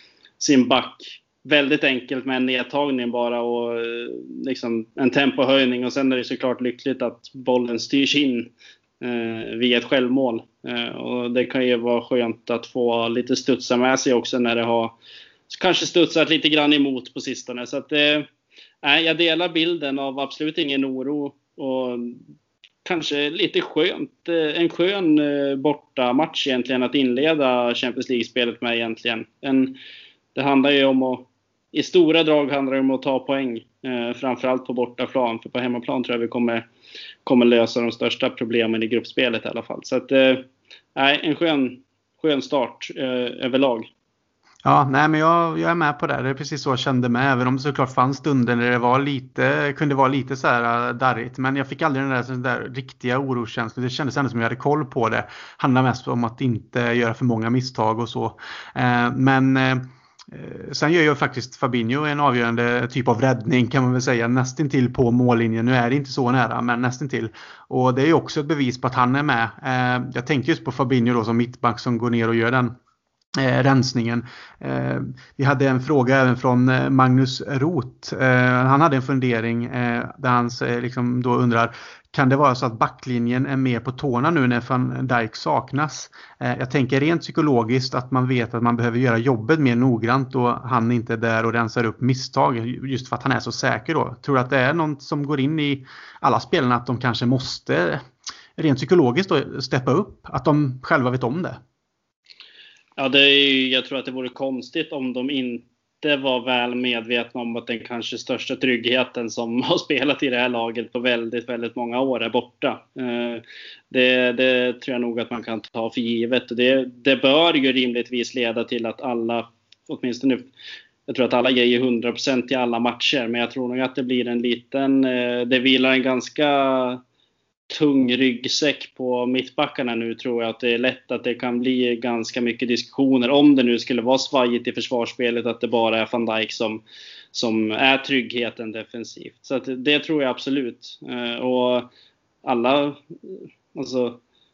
Speaker 3: sin back väldigt enkelt med en nedtagning bara, och liksom en tempohöjning, och sen är det såklart lyckligt att bollen styrs in eh, via ett självmål. Eh, och det kan ju vara skönt att få lite studsa med sig också när det har kanske studsat lite grann emot på sistone. Så att eh, jag delar bilden av absolut ingen oro, och kanske lite skönt, en skön borta match egentligen att inleda Champions League-spelet med egentligen. En, det handlar ju om att, i stora drag handlar det om att ta poäng, eh, framförallt på bortaplan, för på hemmaplan tror jag vi kommer, kommer lösa de största problemen i gruppspelet i alla fall. Så att, eh, en skön, skön start eh, överlag.
Speaker 2: Ja, nej men jag, jag är med på det. Det är precis så jag kände med. Även om det såklart fanns stunder när det var lite, kunde vara lite så här darrigt. Men jag fick aldrig den där, sån där riktiga oroskänslan. Det kändes ändå som jag hade koll på det. Handlar mest om att inte göra för många misstag och så. Eh, men eh, sen gör ju faktiskt Fabinho en avgörande typ av räddning, kan man väl säga. Nästintill på mållinjen. Nu är det inte så nära, men nästintill. Och det är ju också ett bevis på att han är med. Eh, jag tänkte just på Fabinho då som mittback som går ner och gör den Eh, rensningen. Eh, vi hade en fråga även från eh, Magnus Roth. Eh, han hade en fundering eh, där han eh, liksom då undrar, kan det vara så att backlinjen är mer på tårna nu när Van Dijk saknas? Eh, jag tänker rent psykologiskt att man vet att man behöver göra jobbet mer noggrant och han inte är där och rensar upp misstag just för att han är så säker då. Tror du att det är något som går in i alla spelarna, att de kanske måste rent psykologiskt då steppa upp, att de själva vet om det?
Speaker 3: Ja, det är, jag tror att det vore konstigt om de inte var väl medvetna om att den kanske största tryggheten som har spelat i det här laget på väldigt, väldigt många år är borta. Det, det tror jag nog att man kan ta för givet. Det, det bör ju rimligtvis leda till att alla, åtminstone jag tror att alla ger hundra procent i alla matcher, men jag tror nog att det blir en liten, det vilar en ganska tung ryggsäck på mittbackarna nu, tror jag att det är lätt att det kan bli ganska mycket diskussioner om det nu skulle vara svajigt i försvarsspelet, att det bara är Van Dijk som, som är tryggheten defensivt. Så att det tror jag absolut. Och alla, alltså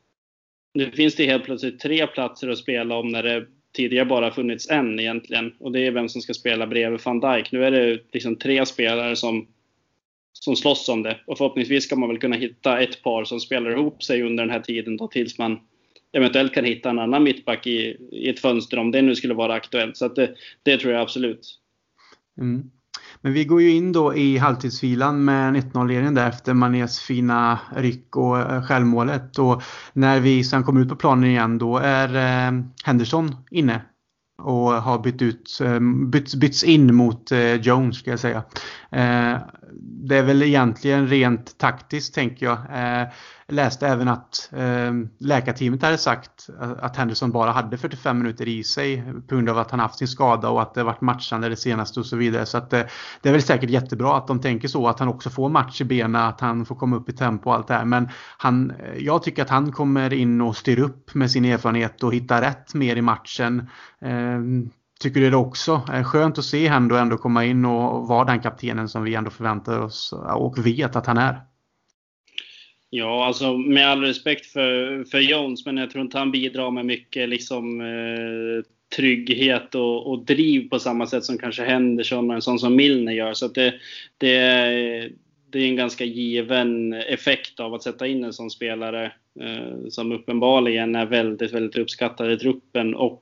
Speaker 3: nu finns det helt plötsligt tre platser att spela om när det tidigare bara funnits en egentligen, och det är vem som ska spela bredvid Van Dijk. Nu är det liksom tre spelare som som slåss om det, och förhoppningsvis ska man väl kunna hitta ett par som spelar ihop sig under den här tiden då, tills man eventuellt kan hitta en annan mittback i, i ett fönster om det nu skulle vara aktuellt. Så att det, det tror jag absolut.
Speaker 2: Mm. Men vi går ju in då i halvtidsvilan med en ett noll-ledning där efter Manés fina ryck och självmålet. Och när vi sen kommer ut på planen igen, då är eh, Henderson inne och har bytt ut, byts, byts in mot eh, Jones, ska jag säga. Eh, det är väl egentligen rent taktiskt, tänker jag. Eh, läste även att eh, läkarteamet hade sagt att Henderson bara hade fyrtiofem minuter i sig på grund av att han haft sin skada och att det varit matchande det senaste och så vidare. Så att eh, det är väl säkert jättebra att de tänker så, att han också får match i benen, att han får komma upp i tempo och allt det här. Men han, jag tycker att han kommer in och styr upp med sin erfarenhet och hittar rätt mer i matchen. Eh, Tycker du det också? Är skönt att se han då ändå komma in och vara den kaptenen som vi ändå förväntar oss och vet att han är?
Speaker 3: Ja, alltså med all respekt för, för Jones, men jag tror inte han bidrar med mycket liksom, eh, trygghet och, och driv på samma sätt som kanske Henderson och en sån som Milner gör. Så att det, det, det är en ganska given effekt av att sätta in en sån spelare eh, som uppenbarligen är väldigt, väldigt uppskattad i truppen. Och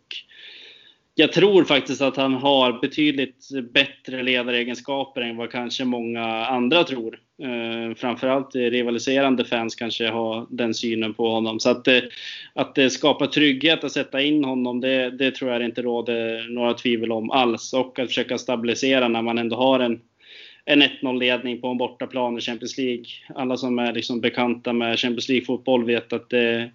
Speaker 3: jag tror faktiskt att han har betydligt bättre ledaregenskaper än vad kanske många andra tror. Eh, framförallt rivaliserande fans kanske har den synen på honom. Så att, eh, att det skapar trygghet att sätta in honom, det, det tror jag inte råder några tvivel om alls. Och att försöka stabilisera när man ändå har en, en ett noll-ledning på en bortaplan i Champions League. Alla som är liksom bekanta med Champions League-fotboll vet att det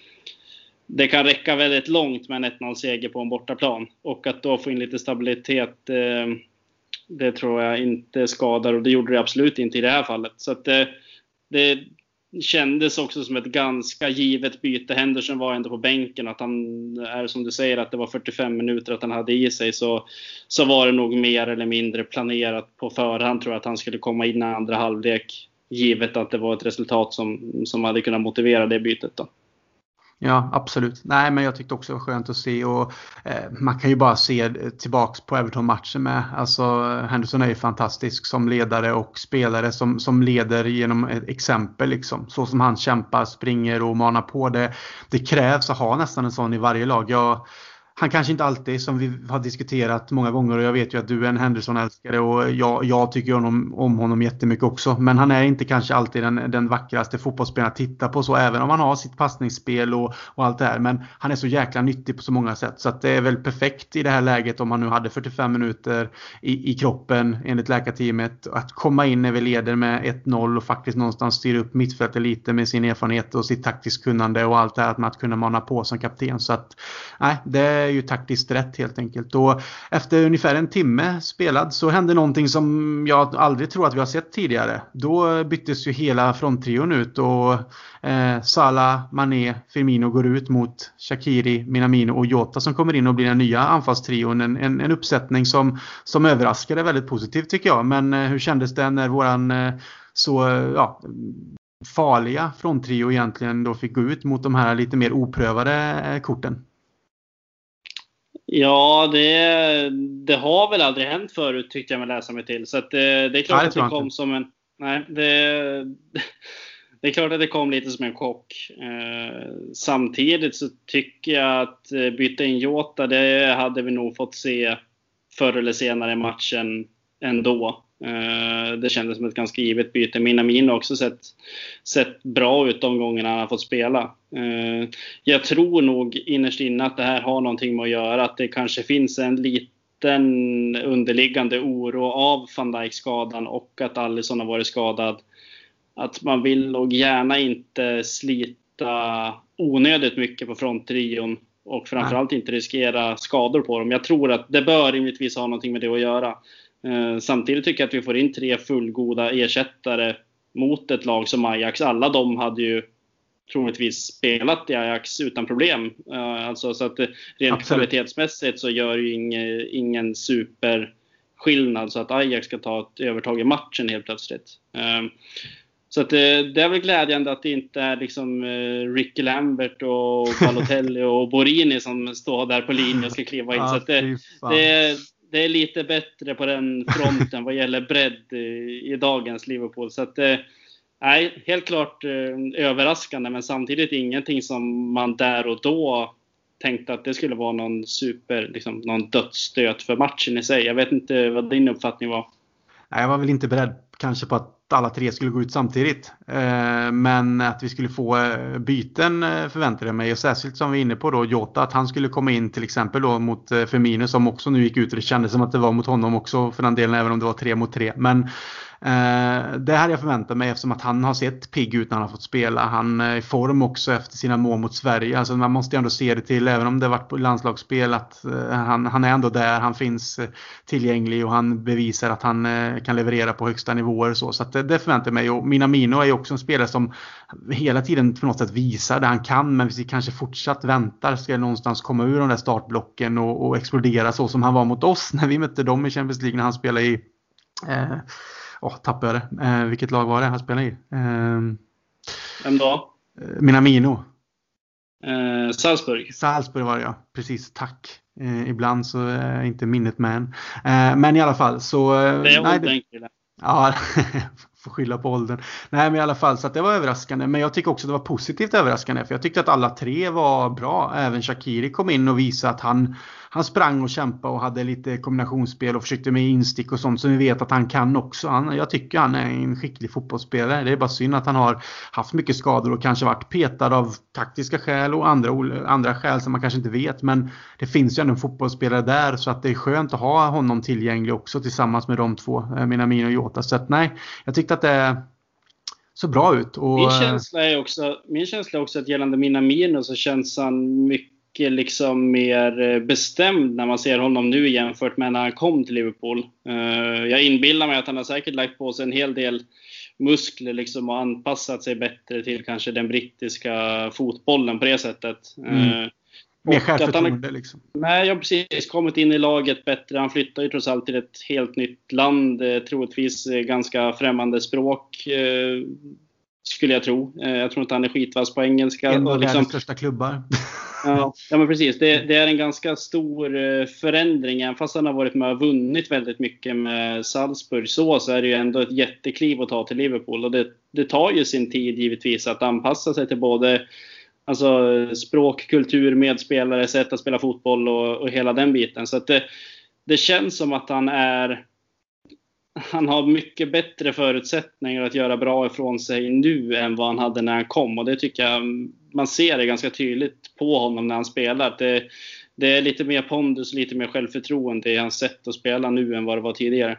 Speaker 3: Det kan räcka väldigt långt med en ett noll-seger på en bortaplan. Och att då få in lite stabilitet, eh, det tror jag inte skadar. Och det gjorde det absolut inte i det här fallet. Så att det, det kändes också som ett ganska givet byte. Henderson var ändå på bänken. Att han är, som du säger, att det var fyrtiofem minuter att han hade i sig. Så, så var det nog mer eller mindre planerat på förhand. Tror jag att han skulle komma in i andra halvlek. Givet att det var ett resultat som, som hade kunnat motivera det bytet då.
Speaker 2: Ja, absolut. Nej, men jag tyckte också det var skönt att se och eh, man kan ju bara se tillbaks på Everton-matchen med. Alltså Henderson är ju fantastisk som ledare och spelare som, som leder genom ett exempel liksom. Så som han kämpar, springer och manar på det. Det krävs att ha nästan en sån i varje lag. Jag Han kanske inte alltid, som vi har diskuterat många gånger, och jag vet ju att du är en Henderson-älskare och jag, jag tycker honom, om honom jättemycket också. Men han är inte kanske alltid den, den vackraste fotbollsspelaren att titta på, så även om han har sitt passningsspel och, och allt det här. Men han är så jäkla nyttig på så många sätt, så att det är väl perfekt i det här läget om han nu hade fyrtiofem minuter i, i kroppen enligt läkarteamet. Att komma in när vi leder med ett noll och faktiskt någonstans styra upp mittfältet lite med sin erfarenhet och sitt taktiskt kunnande och allt det här, med att kunna mana på som kapten. Så att, nej, det är ju taktiskt rätt helt enkelt. Och efter ungefär en timme spelad så hände någonting som jag aldrig tror att vi har sett tidigare. Då byttes ju hela fronttrion ut och eh, Salah, Mané, Firmino går ut mot Shaqiri, Minamino och Jota som kommer in och blir den nya anfallstrion. En, en, en uppsättning som, som överraskade väldigt positivt tycker jag. Men eh, hur kändes det när våran eh, så ja, farliga fronttrio egentligen då fick gå ut mot de här lite mer oprövade eh, korten?
Speaker 3: Ja, det, det har väl aldrig hänt förut tyckte jag mig läsa mig till. Så att det, det är klart nej, att det kom inte. som en... Nej, det, det är klart att det kom lite som en chock. Eh, samtidigt så tycker jag att byta in Jota, det hade vi nog fått se förr eller senare i matchen ändå. Uh, det kändes som ett ganska givet byte. Minamino har också sett, sett bra ut de gångerna han har fått spela. Uh, jag tror nog innerst inne att det här har någonting med att göra. Att det kanske finns en liten underliggande oro av Van Dijk-skadan och att Alisson har varit skadad. Att man vill nog gärna inte slita onödigt mycket på fronttrion och framförallt inte riskera skador på dem. Jag tror att det bör rimligtvis ha någonting med det att göra. Eh, samtidigt tycker jag att vi får in tre fullgoda ersättare mot ett lag som Ajax. Alla de hade ju troligtvis spelat i Ajax utan problem. Eh, alltså, så att rent Absolut. kvalitetsmässigt så gör ju ingen, ingen superskillnad så att Ajax ska ta ett övertag i matchen helt plötsligt. Eh, så att det, det är väl glädjande att det inte är liksom eh, Ricky Lambert och Balotelli och Borini som står där på linjen och ska kliva in. Så att det, det Det är lite bättre på den fronten vad gäller bredd i, i dagens Liverpool. Så att, eh, nej, helt klart eh, överraskande. Men samtidigt ingenting som man där och då tänkte att det skulle vara någon super, liksom, någon dödsstöt för matchen i sig. Jag vet inte vad din uppfattning var.
Speaker 2: Nej, jag var väl inte beredd kanske på att alla tre skulle gå ut samtidigt. Eh, men att vi skulle få eh, byten eh, förväntade jag mig. Och särskilt som vi är inne på då, Jota, att han skulle komma in till exempel då mot eh, Firmino som också nu gick ut. Och det kändes som att det var mot honom också för den delen, även om det var tre mot tre. Men Eh, det hade jag förväntat mig eftersom att han har sett pigg ut när han har fått spela. Han är i form också efter sina mål mot Sverige. Alltså man måste ju ändå se det till, även om det varit på landslagsspel, att eh, han, han är ändå där. Han finns eh, tillgänglig och han bevisar att han eh, kan leverera på högsta nivåer. Så, så att det, det förväntar jag mig. Och Minamino är ju också en spelare som hela tiden på något sätt visar det han kan. Men vi kanske fortsatt väntar ska någonstans komma ur de där startblocken och, och explodera så som han var mot oss när vi mötte dem i Champions League när han spelade i... Eh, Åh, oh, tappade jag det. Eh, vilket lag var det han spelade i? Eh,
Speaker 3: Vem då?
Speaker 2: Minamino.
Speaker 3: Eh, Salzburg.
Speaker 2: Salzburg var det, ja. Precis, tack. Eh, ibland så är inte minnet med en. Eh, men i alla fall så... Eh,
Speaker 3: det är
Speaker 2: nej,
Speaker 3: det,
Speaker 2: det, ja, får skylla på åldern. Nej, men i alla fall så att det var överraskande. Men jag tycker också det var positivt överraskande. För jag tyckte att alla tre var bra. Även Shaqiri kom in och visade att han... Han sprang och kämpade och hade lite kombinationsspel och försökte med instick och sånt som vi vet att han kan också. Han, jag tycker han är en skicklig fotbollsspelare. Det är bara synd att han har haft mycket skador och kanske varit petad av taktiska skäl och andra, andra skäl som man kanske inte vet. Men det finns ju ändå en fotbollsspelare där så att det är skönt att ha honom tillgänglig också tillsammans med de två, Minamino och Jota. Så att nej, jag tyckte att det så bra ut. Och,
Speaker 3: min, känsla är också, min känsla är också att gällande Minamino så känns han mycket liksom mer bestämd när man ser honom nu jämfört med när han kom till Liverpool. Jag inbillar mig att han har säkert lagt på sig en hel del muskler liksom och anpassat sig bättre till kanske den brittiska fotbollen på det sättet. Mm.
Speaker 2: Mer självförtroende liksom.
Speaker 3: Nej, jag har precis kommit in i laget bättre. Han flyttar ju trots allt till ett helt nytt land, troligtvis ganska främmande språk. Skulle jag tro. Jag tror inte han är skitvass på engelska.
Speaker 2: En av
Speaker 3: liksom,
Speaker 2: världens största klubbar.
Speaker 3: Ja, ja men precis. Det, det är en ganska stor förändring. Även fast han har varit med och vunnit väldigt mycket med Salzburg så, så är det ju ändå ett jättekliv att ta till Liverpool. Och det, det tar ju sin tid givetvis att anpassa sig till både alltså, språk, kultur, medspelare, sätt att spela fotboll och, och hela den biten. Så att det, det känns som att han är... Han har mycket bättre förutsättningar att göra bra ifrån sig nu än vad han hade när han kom. Och det tycker jag man ser det ganska tydligt på honom när han spelar. Det, det är lite mer pondus, lite mer självförtroende i hans sätt att spela nu än vad det var tidigare.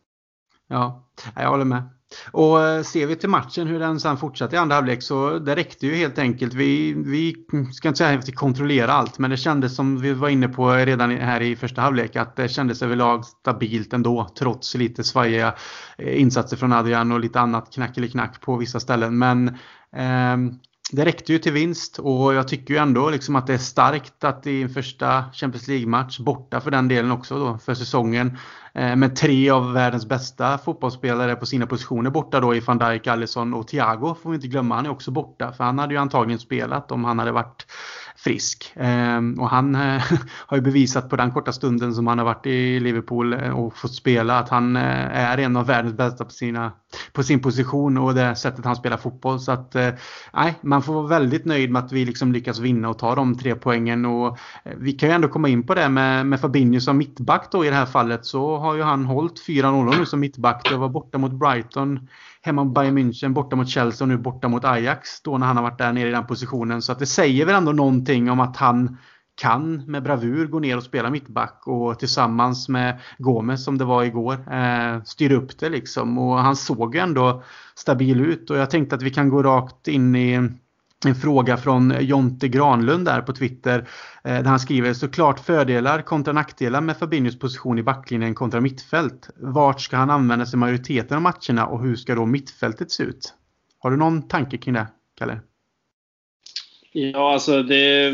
Speaker 2: Ja, jag håller med. Och ser vi till matchen hur den sen fortsatte i andra halvlek så det räckte ju helt enkelt. Vi, vi ska inte säga att vi kontrollera allt, men det kändes som vi var inne på redan här i första halvlek att det kändes överlag stabilt ändå trots lite svajiga insatser från Adrian och lite annat knack eller knack på vissa ställen. Men eh, det räckte ju till vinst och jag tycker ju ändå liksom att det är starkt att i en första Champions League-match borta för den delen också då för säsongen eh, med tre av världens bästa fotbollsspelare på sina positioner borta då i Van Dijk, Alisson och Thiago får vi inte glömma, han är också borta för han hade ju antagligen spelat om han hade varit frisk. Eh, och han eh, har ju bevisat på den korta stunden som han har varit i Liverpool och fått spela att han eh, är en av världens bästa på, sina, på sin position och det sättet han spelar fotboll. Så att eh, nej, man får vara väldigt nöjd med att vi liksom lyckas vinna och ta de tre poängen. Och eh, vi kan ju ändå komma in på det med, med Fabinho som mittback då i det här fallet, så har ju han hållit fyra noll nu som mittback. Det var borta mot Brighton, hemma mot Bayern München, borta mot Chelsea och nu borta mot Ajax då när han har varit där nere i den positionen. Så att det säger väl ändå någonting om att han kan med bravur gå ner och spela mittback och tillsammans med Gomes som det var igår eh, styra upp det liksom. Och han såg ju ändå stabil ut och jag tänkte att vi kan gå rakt in i en fråga från Jonte Granlund där på Twitter eh, där han skriver såklart fördelar kontra nackdelar med Fabinhos position i backlinjen kontra mittfält. Vart ska han använda sig majoriteten av matcherna och hur ska då mittfältet se ut? Har du någon tanke kring det, Kalle?
Speaker 3: Ja, alltså det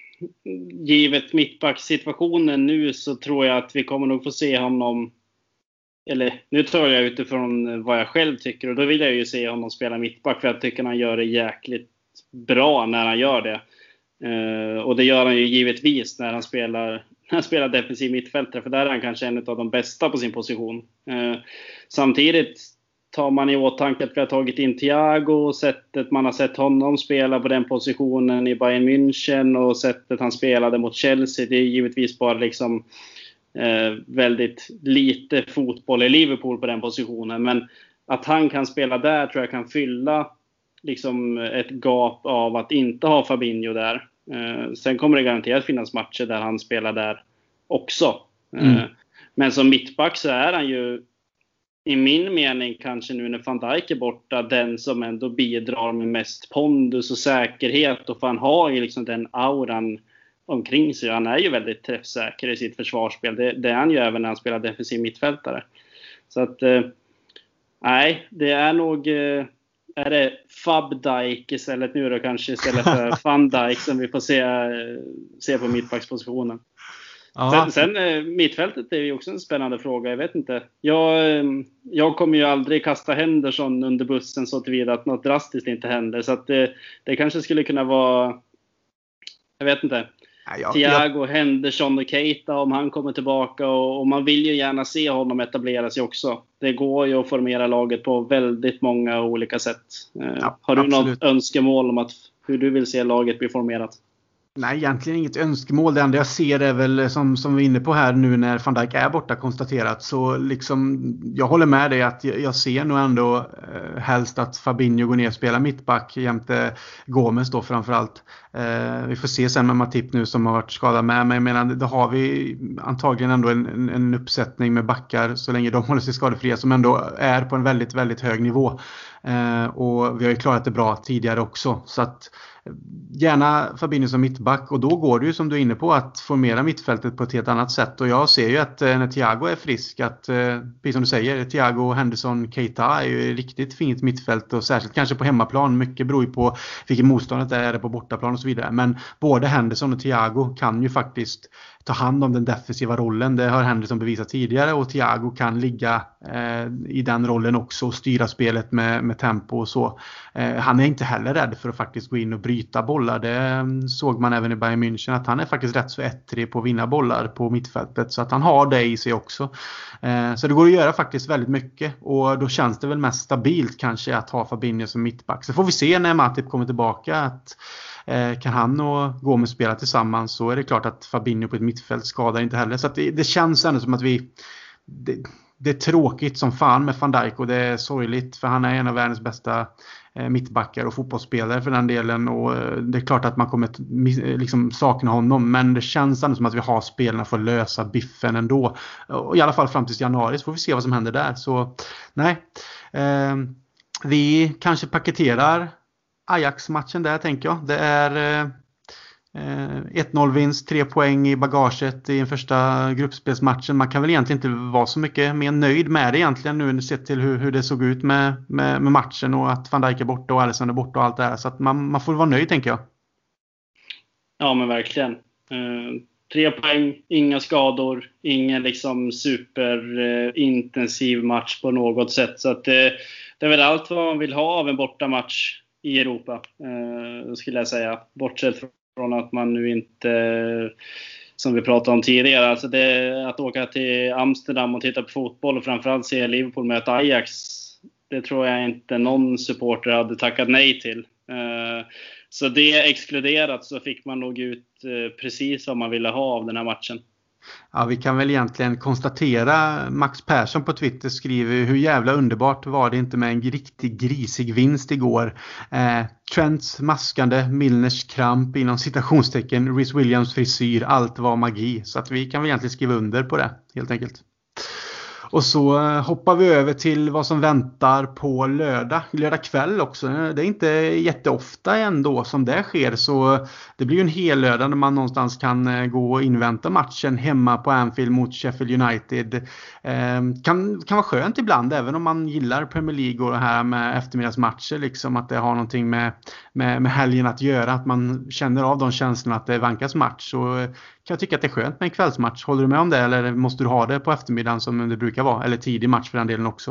Speaker 3: givet mittbacksituationen nu så tror jag att vi kommer nog få se honom, eller nu tar jag utifrån vad jag själv tycker och då vill jag ju se honom spela mittback för jag tycker han gör det jäkligt bra när han gör det. Uh, och det gör han ju givetvis när han spelar, när han spelar defensiv mittfältare för där är han kanske en av de bästa på sin position. Uh, samtidigt tar man i åtanke att vi har tagit in Thiago och sättet man har sett honom spela på den positionen i Bayern München och sättet han spelade mot Chelsea, det är givetvis bara liksom eh, väldigt lite fotboll i Liverpool på den positionen. Men att han kan spela där tror jag kan fylla liksom ett gap av att inte ha Fabinho där. Eh, sen kommer det garanterat finnas matcher där han spelar där också. Mm. Eh, men som mittback så är han ju i min mening kanske nu när Van Dijk är borta den som ändå bidrar med mest pondus och säkerhet. Och för han har ju liksom den auran omkring sig. Han är ju väldigt träffsäker i sitt försvarsspel. Det, det är han ju även när han spelar defensiv mittfältare. Så att eh, nej, det är nog eh, är det Fab Dijk istället nu då kanske istället för Van Dijk som vi får se, se på mittbackspositionen. Sen, sen mittfältet är ju också en spännande fråga. Jag vet inte. Jag, jag kommer ju aldrig kasta Henderson under bussen så tillvida att något drastiskt inte händer. Så att det, det kanske skulle kunna vara, jag vet inte, ja, jag, Thiago, jag... Henderson och Keita om han kommer tillbaka. Och, och man vill ju gärna se honom etablera sig också. Det går ju att formera laget på väldigt många olika sätt. Ja, har du absolut. Något önskemål om att, hur du vill se laget bli formerat?
Speaker 2: Nej, egentligen inget önskemål. Det enda jag ser är väl som, som vi är inne på här nu när Van Dijk är borta konstaterat. Så liksom, jag håller med dig att jag, jag ser nog ändå eh, helst att Fabinho går ner och spelar mittback jämte Gomes då framförallt. Eh, vi får se sen med Matip nu som har varit skadad med. Men jag menar, då har vi antagligen ändå en, en, en uppsättning med backar så länge de håller sig skadefria som ändå är på en väldigt, väldigt hög nivå. Eh, och vi har ju klarat det bra tidigare också. Så att gärna Fabinho som mittback och då går det ju som du är inne på att formera mittfältet på ett helt annat sätt och jag ser ju att när Thiago är frisk att, precis som du säger, Thiago, Henderson, Keita är ju riktigt fint mittfält och särskilt kanske på hemmaplan, mycket beror ju på vilken motståndet är, är det på bortaplan och så vidare, men både Henderson och Thiago kan ju faktiskt ta hand om den defensiva rollen, det har Henderson bevisat tidigare och Thiago kan ligga eh, i den rollen också och styra spelet med, med tempo och så. Eh, han är inte heller rädd för att faktiskt gå in och bryta bollar, det såg man även i Bayern München att han är faktiskt rätt så ettrig på att vinna bollar på mittfältet så att han har det i sig också. Eh, så det går att göra faktiskt väldigt mycket och då känns det väl mest stabilt kanske att ha Fabinho som mittback. Så får vi se när Matip kommer tillbaka att kan han och Gomes spela tillsammans så är det klart att Fabinho på ett mittfält skadar inte heller. Så att det, det känns ändå som att vi... Det, det är tråkigt som fan med Van Dijk och det är sorgligt för han är en av världens bästa eh, mittbackar och fotbollsspelare för den delen. Och eh, det är klart att man kommer liksom sakna honom men det känns ändå som att vi har spelarna för att lösa biffen ändå. Och i alla fall fram till januari så får vi se vad som händer där. Så nej, eh, vi kanske paketerar Ajax-matchen där tänker jag. Det är eh, ett noll vinst, tre poäng i bagaget i den första gruppspelsmatchen. Man kan väl egentligen inte vara så mycket mer nöjd med det egentligen nu sett till hur, hur det såg ut med, med, med matchen och att Van Dijk är borta och Alisson är borta och allt det här. Så att man, man får vara nöjd tänker jag.
Speaker 3: Ja men verkligen. Eh, tre poäng, inga skador, ingen liksom superintensiv eh, match på något sätt. Så att eh, det är väl allt vad man vill ha av en bortamatch i Europa, eh, skulle jag säga. Bortsett från att man nu inte, som vi pratade om tidigare, alltså det, att åka till Amsterdam och titta på fotboll och framförallt se Liverpool möta Ajax, det tror jag inte någon supporter hade tackat nej till. Eh, så det exkluderat så fick man nog ut eh, precis vad man ville ha av den här matchen.
Speaker 2: Ja, vi kan väl egentligen konstatera, Max Persson på Twitter skriver hur jävla underbart var det inte med en riktig grisig vinst igår. Eh, Trents maskande, Milners kramp inom citationstecken, Rhys Williams frisyr, allt var magi. Så att vi kan väl egentligen skriva under på det helt enkelt. Och så hoppar vi över till vad som väntar på lördag, lördag kväll också. Det är inte jätteofta ändå som det sker så det blir ju en hel lördag när man någonstans kan gå och invänta matchen hemma på Anfield mot Sheffield United. Eh, kan, kan vara skönt ibland även om man gillar Premier League och det här med eftermiddagsmatcher liksom att det har någonting med, med, med helgen att göra, att man känner av de känslorna att det vankas match. Så kan jag tycka att det är skönt med en kvällsmatch. Håller du med om det eller måste du ha det på eftermiddagen som det brukar vara? Eller tidig match för den delen också?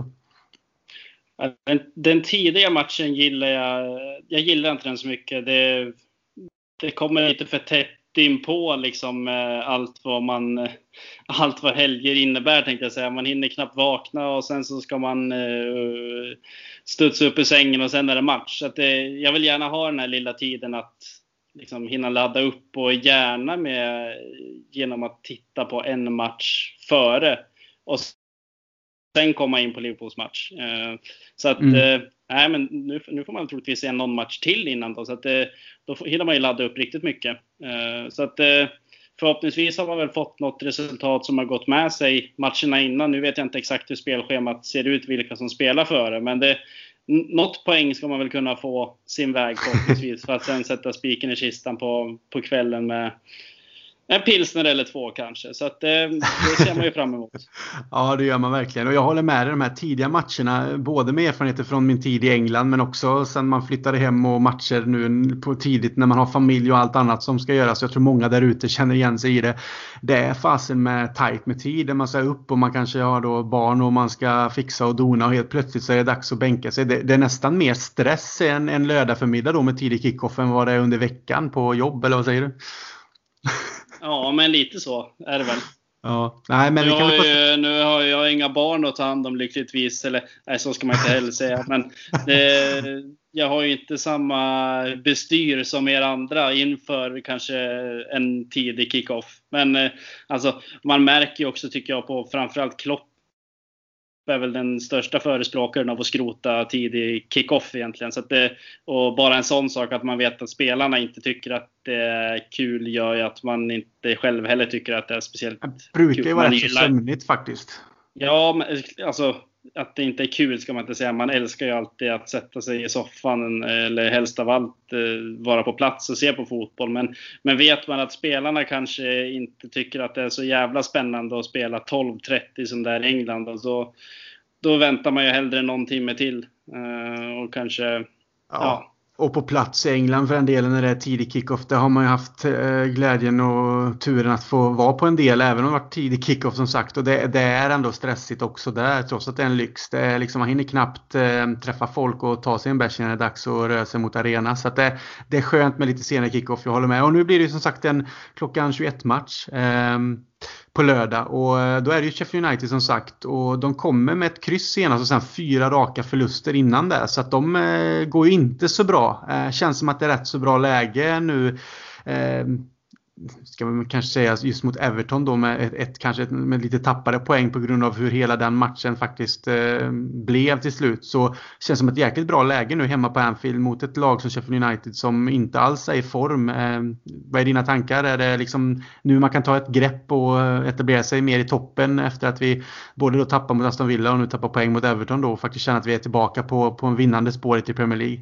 Speaker 3: Den, den tidiga matchen gillar jag. Jag gillar inte den så mycket. Det, det kommer lite för tätt in på liksom allt vad man allt vad helger innebär tänkte jag säga. Man hinner knappt vakna och sen så ska man uh, studsa upp i sängen och sen är det match. Så att det, jag vill gärna ha den här lilla tiden att liksom hinna ladda upp och gärna med genom att titta på en match före och sen komma in på Liverpools match. Eh, så att, mm. eh, nej, men nu, nu får man troligtvis se någon match till innan då, så att eh, då hinner man ju ladda upp riktigt mycket. Eh, så att eh, förhoppningsvis har man väl fått något resultat som har gått med sig matcherna innan. Nu vet jag inte exakt hur spelschemat ser ut, vilka som spelar före, men det, något poäng ska man väl kunna få sin väg förhoppningsvis för att sen sätta spiken i kistan på, på kvällen med en pilsner eller två kanske. Så att, eh, det ser man ju fram emot.
Speaker 2: Ja, det gör man verkligen. Och jag håller med dig, de här tidiga matcherna, både med erfarenheter från min tid i England, men också sen man flyttade hem och matcher nu på tidigt när man har familj och allt annat som ska göras. Jag tror många där ute känner igen sig i det. Det är fasen med tajt med tid, där man ska upp och man kanske har då barn och man ska fixa och dona och helt plötsligt så är det dags att bänka sig. Det, det är nästan mer stress än en lördag förmiddag då med tidig kickoff än vad det är under veckan på jobb, eller vad säger du?
Speaker 3: Ja, men lite så är det väl.
Speaker 2: Ja, nej, men
Speaker 3: nu,
Speaker 2: vi kan
Speaker 3: har
Speaker 2: få...
Speaker 3: ju, nu har jag inga barn att ta hand om lyckligtvis. Eller nej, så ska man inte heller säga. Men det, jag har ju inte samma bestyr som er andra inför kanske en tidig kick-off. Men alltså, man märker ju också, tycker jag, på framförallt Klopp är väl den största förespråkaren av att skrota tidig kick-off egentligen. Så att det, och bara en sån sak att man vet att spelarna inte tycker att det är kul gör ju att man inte själv heller tycker att det är speciellt kul.
Speaker 2: Det brukar ju vara rätt så sömnigt faktiskt.
Speaker 3: Ja, men alltså att det inte är kul ska man inte säga. Man älskar ju alltid att sätta sig i soffan eller helst av allt eh, vara på plats och se på fotboll. Men, men vet man att spelarna kanske inte tycker att det är så jävla spännande att spela tolv trettio som det är i England. Och så, då väntar man ju hellre någon timme till. Eh, och kanske...
Speaker 2: Ja.
Speaker 3: ja.
Speaker 2: Och på plats i England för en del när det är tidig kick-off. Där har man ju haft eh, glädjen och turen att få vara på en del. Även om det har varit tidig kick-off som sagt. Och det, det är ändå stressigt också där. Trots att det är en lyx. Det är liksom, man hinner knappt eh, träffa folk och ta sig en bärs när det är dags att röra sig mot arena. Så att det, det är skönt med lite senare kick-off. Jag håller med. Och nu blir det ju som sagt en klockan tjugoett-match. Eh, på lördag, och då är det ju Sheffield United som sagt, och de kommer med ett kryss senast och sen fyra raka förluster innan det, så att de eh, går ju inte så bra. Eh, känns som att det är rätt så bra läge nu. Eh, ska man kanske säga just mot Everton då med ett, ett kanske ett, med lite tappade poäng på grund av hur hela den matchen faktiskt eh, blev till slut, så känns som ett jäkligt bra läge nu hemma på Anfield mot ett lag som Sheffield United som inte alls är i form. Eh, vad är dina tankar? Är det liksom nu man kan ta ett grepp och etablera sig mer i toppen efter att vi både då tappar mot Aston Villa och nu tappar poäng mot Everton då, och faktiskt känna att vi är tillbaka på, på en vinnande spåret i Premier League?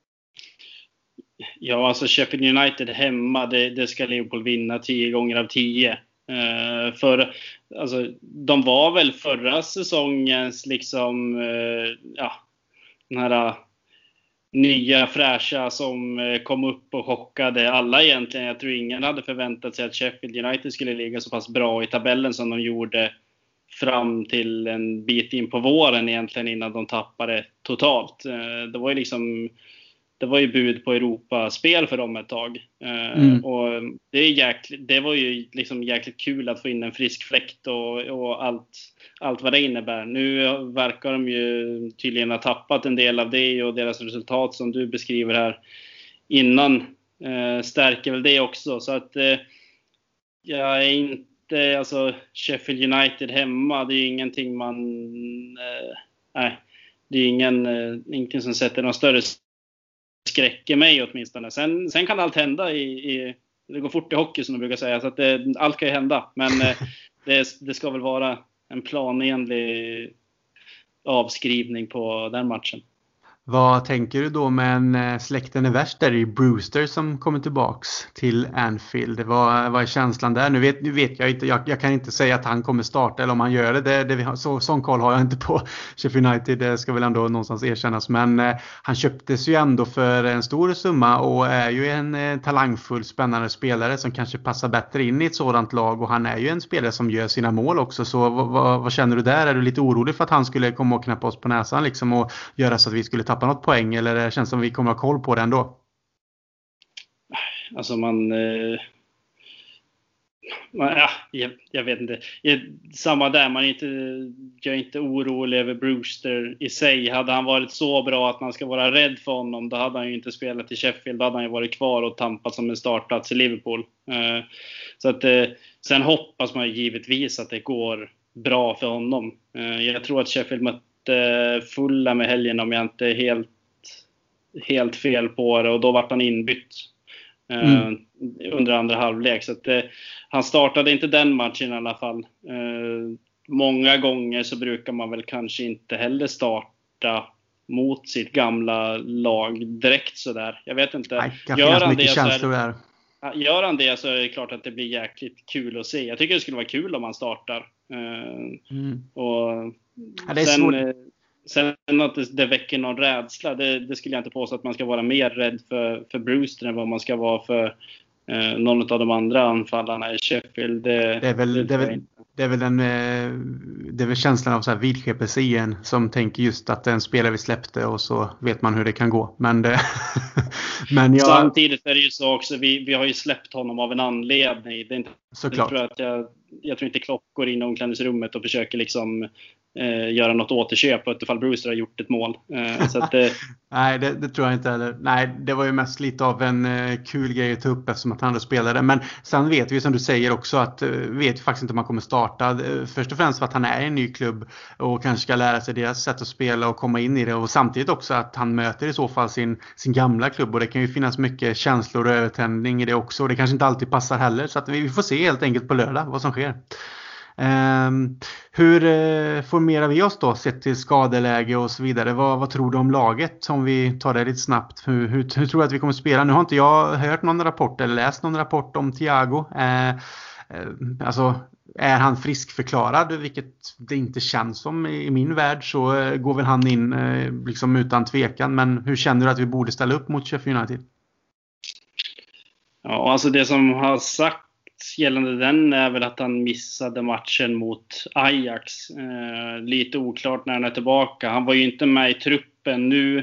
Speaker 3: Ja, alltså Sheffield United hemma, det, det ska Liverpool vinna tio gånger av tio. Uh, för, alltså, de var väl förra säsongens liksom, uh, ja, den här uh, nya fräscha som uh, kom upp och chockade alla egentligen. Jag tror ingen hade förväntat sig att Sheffield United skulle ligga så pass bra i tabellen som de gjorde fram till en bit in på våren egentligen, innan de tappade totalt. Uh, det var ju liksom... Det var ju bud på Europaspel för dem ett tag. Mm. Och det, är jäkligt, det var ju liksom jäkligt kul att få in en frisk fläkt och, och allt, allt vad det innebär. Nu verkar de ju tydligen ha tappat en del av det, och deras resultat som du beskriver här innan eh, stärker väl det också. Så att eh, jag är inte, alltså Sheffield United hemma, det är ju ingenting man, eh, nej, det är ingen, eh, ingenting som sätter någon större skräcker mig åtminstone. Sen, sen kan allt hända i, i, det går fort i hockey som de brukar säga, så att det, allt kan ju hända, men eh, det, det ska väl vara en planenlig avskrivning på den matchen.
Speaker 2: Vad tänker du då med en släkten är värst där i Brewster som kommer tillbaks till Anfield? Vad, vad är känslan där? Nu vet, nu vet jag inte, jag, jag kan inte säga att han kommer starta eller om han gör det. det, det vi har, så, sån koll har jag inte på Sheffield United, det ska väl ändå någonstans erkännas. Men eh, han köptes ju ändå för en stor summa och är ju en eh, talangfull, spännande spelare som kanske passar bättre in i ett sådant lag. Och han är ju en spelare som gör sina mål också. Så vad, vad, vad känner du där? Är du lite orolig för att han skulle komma och knäppa oss på näsan liksom, och göra så att vi skulle tappa något poäng, eller det känns som vi kommer att ha koll på det ändå?
Speaker 3: Alltså man eh, ja, jag, jag vet inte. Jag, samma där, man är inte, jag är inte orolig över Brewster i sig. Hade han varit så bra att man ska vara rädd för honom, då hade han ju inte spelat i Sheffield. Då hade han ju varit kvar och tampat som en startplats i Liverpool. Uh, så att, uh, sen hoppas man ju givetvis att det går bra för honom. Uh, jag tror att Sheffield mötte fulla med helgen, om jag inte är helt, helt fel på det. Och då var han inbytt. Mm. Under andra halvlek, så att eh, han startade inte den matchen i alla fall. Eh, många gånger så brukar man väl kanske inte heller starta mot sitt gamla lag direkt sådär. Jag vet inte.
Speaker 2: Nej, gör han det så är,
Speaker 3: gör han det så är det klart att det blir jäkligt kul att se. Jag tycker det skulle vara kul om han startar. Eh, mm. Och ja, det är sen svårt. Sen att det, det väcker någon rädsla, det, det skulle jag inte påstå att man ska vara mer rädd för, för Brewster än vad man ska vara för eh, någon av de andra anfallarna i Sheffield. Det,
Speaker 2: det är väl, det, det, är väl det är väl en eh, det är väl känslan av så här vidskepelse i en som tänker just att en spelare vi släppte och så vet man hur det kan gå. Men, det, men jag...
Speaker 3: Samtidigt är det ju så också, vi, vi har ju släppt honom av en anledning. Det är inte,
Speaker 2: Såklart.
Speaker 3: Jag tror, att jag, jag tror inte Klopp går in i omklädningsrummet och försöker liksom Eh, göra något återköp utifall Brewster har gjort ett mål. Eh, så att, eh...
Speaker 2: Nej, det, det tror jag inte heller. Nej, det var ju mest lite av en eh, kul grej att ta upp eftersom att han spelade. Men sen vet vi som du säger också att eh, vet faktiskt inte om han kommer starta. Eh, först och främst för att han är i en ny klubb och kanske ska lära sig deras sätt att spela och komma in i det. Och samtidigt också att han möter i så fall sin, sin gamla klubb. Och det kan ju finnas mycket känslor och övertändning i det också. Och det kanske inte alltid passar heller. Så att vi, vi får se helt enkelt på lördag vad som sker. Um, hur uh, formerar vi oss då sett till skadeläge och så vidare? Vad, vad tror du om laget om vi tar det lite snabbt? Hur, hur, hur tror du att vi kommer spela? Nu har inte jag hört någon rapport eller läst någon rapport om Thiago. Uh, uh, alltså är han friskförklarad, vilket det inte känns som i, i min värld, så uh, går väl han in uh, liksom utan tvekan. Men hur känner du att vi borde ställa upp mot Sheffield United?
Speaker 3: Ja, alltså det som har sagt gällande den är väl att han missade matchen mot Ajax. Eh, lite oklart när han är tillbaka. Han var ju inte med i truppen nu.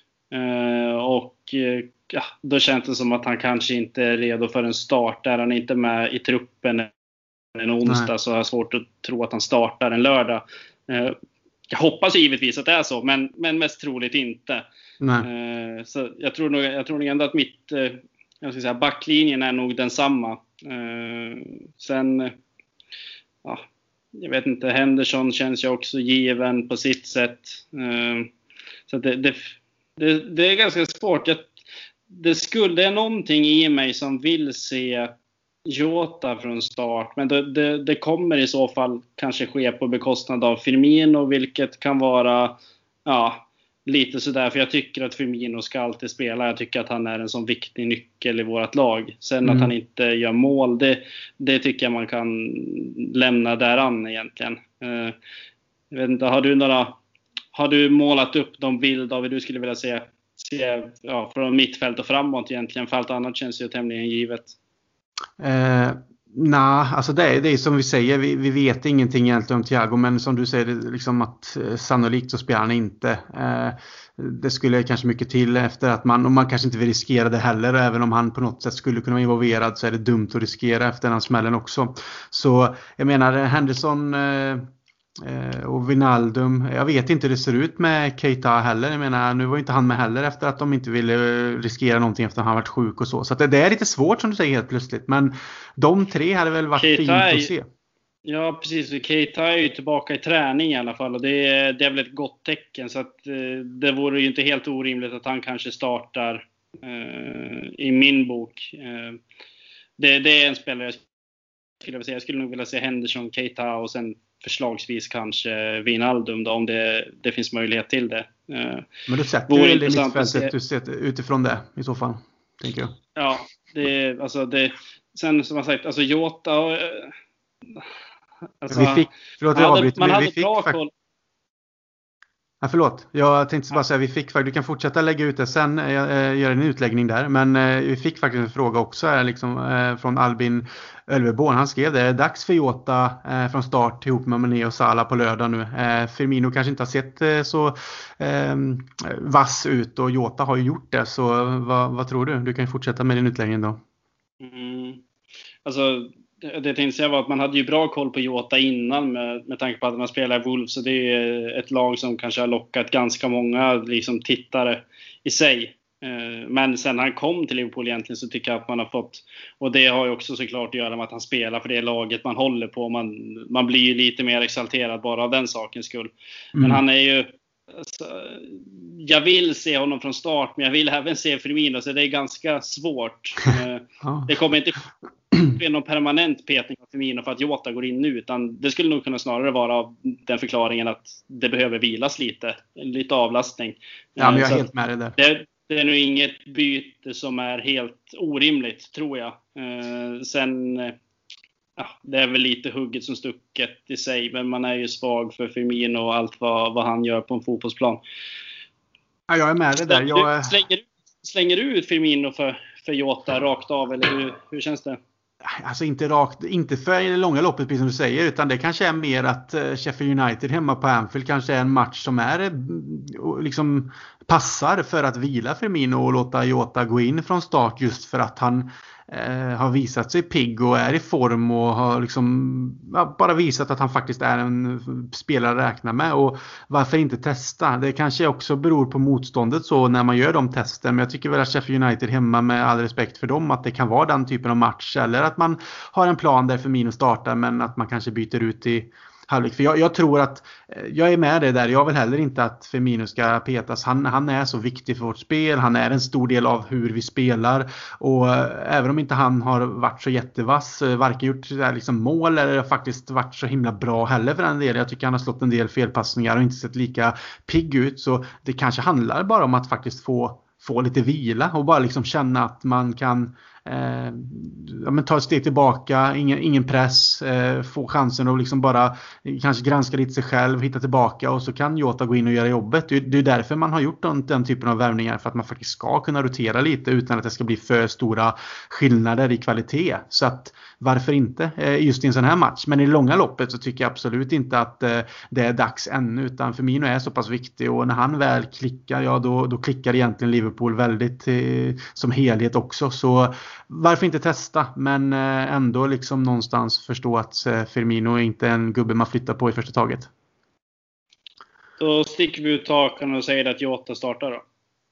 Speaker 3: Eh, och eh, ja, då känns det som att han kanske inte är redo för en start. Är han inte med i truppen en onsdag, Nej. Så har jag svårt att tro att han startar en lördag. Eh, jag hoppas givetvis att det är så, men, men mest troligt inte. Eh, så jag tror nog, jag tror nog ändå att mitt eh, jag ska säga, backlinjen är nog densamma. Uh, sen ja, jag vet inte, Henderson känns ju också given på sitt sätt. Uh, så det, det, det, det är ganska svårt. Jag, det skulle det är någonting i mig som vill se Jota från start, men det, det, det kommer i så fall kanske ske på bekostnad av Firmino, vilket kan vara ja lite sådär, för jag tycker att Firmino ska alltid spela. Jag tycker att han är en sån viktig nyckel i vårt lag. Sen mm. att han inte gör mål, det, det tycker jag man kan lämna däran egentligen. Uh, jag vet inte, har du några har du målat upp de bild av hur du skulle vilja se, se ja, från mittfält och framåt egentligen? För allt annat känns ju tämligen givet.
Speaker 2: Uh. Nej, alltså det är, det är som vi säger, vi, vi vet ingenting egentligen om Thiago, men som du säger, det, liksom att eh, sannolikt så spelar han inte. Eh, det skulle kanske mycket till efter att man, och man kanske inte vill riskera det heller, även om han på något sätt skulle kunna vara involverad, så är det dumt att riskera efter den här smällen också. Så jag menar, Henderson eh, och Wijnaldum, jag vet inte hur det ser ut med Keita heller. Jag menar, nu var inte han med heller efter att de inte ville riskera någonting efter att han varit sjuk och så. Så att det, det är lite svårt som du säger helt plötsligt. Men de tre hade väl varit fint att se.
Speaker 3: Ja, precis. Keita är ju tillbaka i träning i alla fall. Och det är, det är väl ett gott tecken. Så att det vore ju inte helt orimligt att han kanske startar eh, i min bok. Eh, det, det är en spelare jag skulle vilja säga. Jag skulle nog vilja se Henderson, Keita och sen förslagsvis kanske Wijnaldum då, om det, det finns möjlighet till det.
Speaker 2: Men du sätter ju det mittfältet du sett utifrån det i så fall, tänker jag.
Speaker 3: Ja, det, alltså det, sen som jag sagt, alltså Jota alltså,
Speaker 2: vi fick, förlåt,
Speaker 3: man hade,
Speaker 2: avbryter,
Speaker 3: man
Speaker 2: vi,
Speaker 3: hade
Speaker 2: vi fick
Speaker 3: bra
Speaker 2: fakt-
Speaker 3: koll.
Speaker 2: Ja, förlåt. Jag tänkte bara säga, vi fick, du kan fortsätta lägga ut det sen, jag gör en utläggning där. Men vi fick faktiskt en fråga också här, liksom, från Albin Ölveborn. Han skrev det, är dags för Jota eh, från start ihop med Mané och Salah på lördag nu. Eh, Firmino kanske inte har sett eh, så eh, vass ut och Jota har ju gjort det. Så vad, vad tror du? Du kan ju fortsätta med din utläggning då.
Speaker 3: Mm. Alltså, det, det tänkte jag var att man hade ju bra koll på Jota innan med, med tanke på att man spelar i Wolves. Så det är ett lag som kanske har lockat ganska många liksom, tittare i sig. Men sen han kom till Liverpool egentligen så tycker jag att man har fått, och det har ju också såklart att göra med att han spelar för det laget man håller på. Man, man blir ju lite mer exalterad bara av den sakens skull. Mm. Men han är ju, alltså, jag vill se honom från start, men jag vill även se Firmino, så det är ganska svårt. Det kommer inte bli någon permanent petning av Firmino för att Jota går in nu, utan det skulle nog kunna snarare vara av den förklaringen att det behöver vilas lite, lite avlastning.
Speaker 2: Ja, men jag är helt med det där.
Speaker 3: Det, Det är nog inget byte som är helt orimligt, tror jag. Eh, sen, ja, det är väl lite hugget som stucket i sig. Men man är ju svag för Firmino och allt vad, vad han gör på en fotbollsplan.
Speaker 2: Ja, jag är med det där. Jag...
Speaker 3: Slänger, slänger du ut Firmino för, för Jota rakt av, eller hur, hur känns det?
Speaker 2: Alltså inte rakt, inte för det långa loppet precis som du säger, utan det kanske är mer att Sheffield United hemma på Anfield kanske är en match som är liksom passar för att vila Firmino och låta Jota gå in från start, just för att han eh, har visat sig pigg och är i form och har liksom ja, bara visat att han faktiskt är en spelare att räkna med. Och varför inte testa? Det kanske också beror på motståndet så när man gör de testen, men jag tycker väl att Sheffield United hemma, med all respekt för dem, att det kan vara den typen av match, eller att man har en plan där Firmino startar men att man kanske byter ut i halvlek. För jag, jag tror att jag är med det där. Jag vill heller inte att Firmino ska petas. Han, han är så viktig för vårt spel. Han är en stor del av hur vi spelar. Och även om inte han har varit så jättevass, varken gjort liksom mål eller faktiskt varit så himla bra heller för den delen. Jag tycker han har slått en del felpassningar och inte sett lika pigg ut. Så det kanske handlar bara om att faktiskt få, få lite vila och bara liksom känna att man kan Eh, ja, men ta ett steg tillbaka, ingen, ingen press, eh, få chansen att liksom bara kanske granska lite sig själv, hitta tillbaka, och så kan Jota gå in och göra jobbet. Det, det är därför man har gjort den, den typen av värvningar, för att man faktiskt ska kunna rotera lite utan att det ska bli för stora skillnader i kvalitet. Så att varför inte eh, just i en sån här match? Men i det långa loppet så tycker jag absolut inte att eh, det är dags ännu, utan Firmino är så pass viktig, och när han väl klickar, ja då, då klickar egentligen Liverpool väldigt eh, som helhet också. Så varför inte testa, men ändå liksom någonstans förstå att Firmino är inte en gubbe man flyttar på i första taget.
Speaker 3: Då sticker vi ut taken och säger att Jota startar då.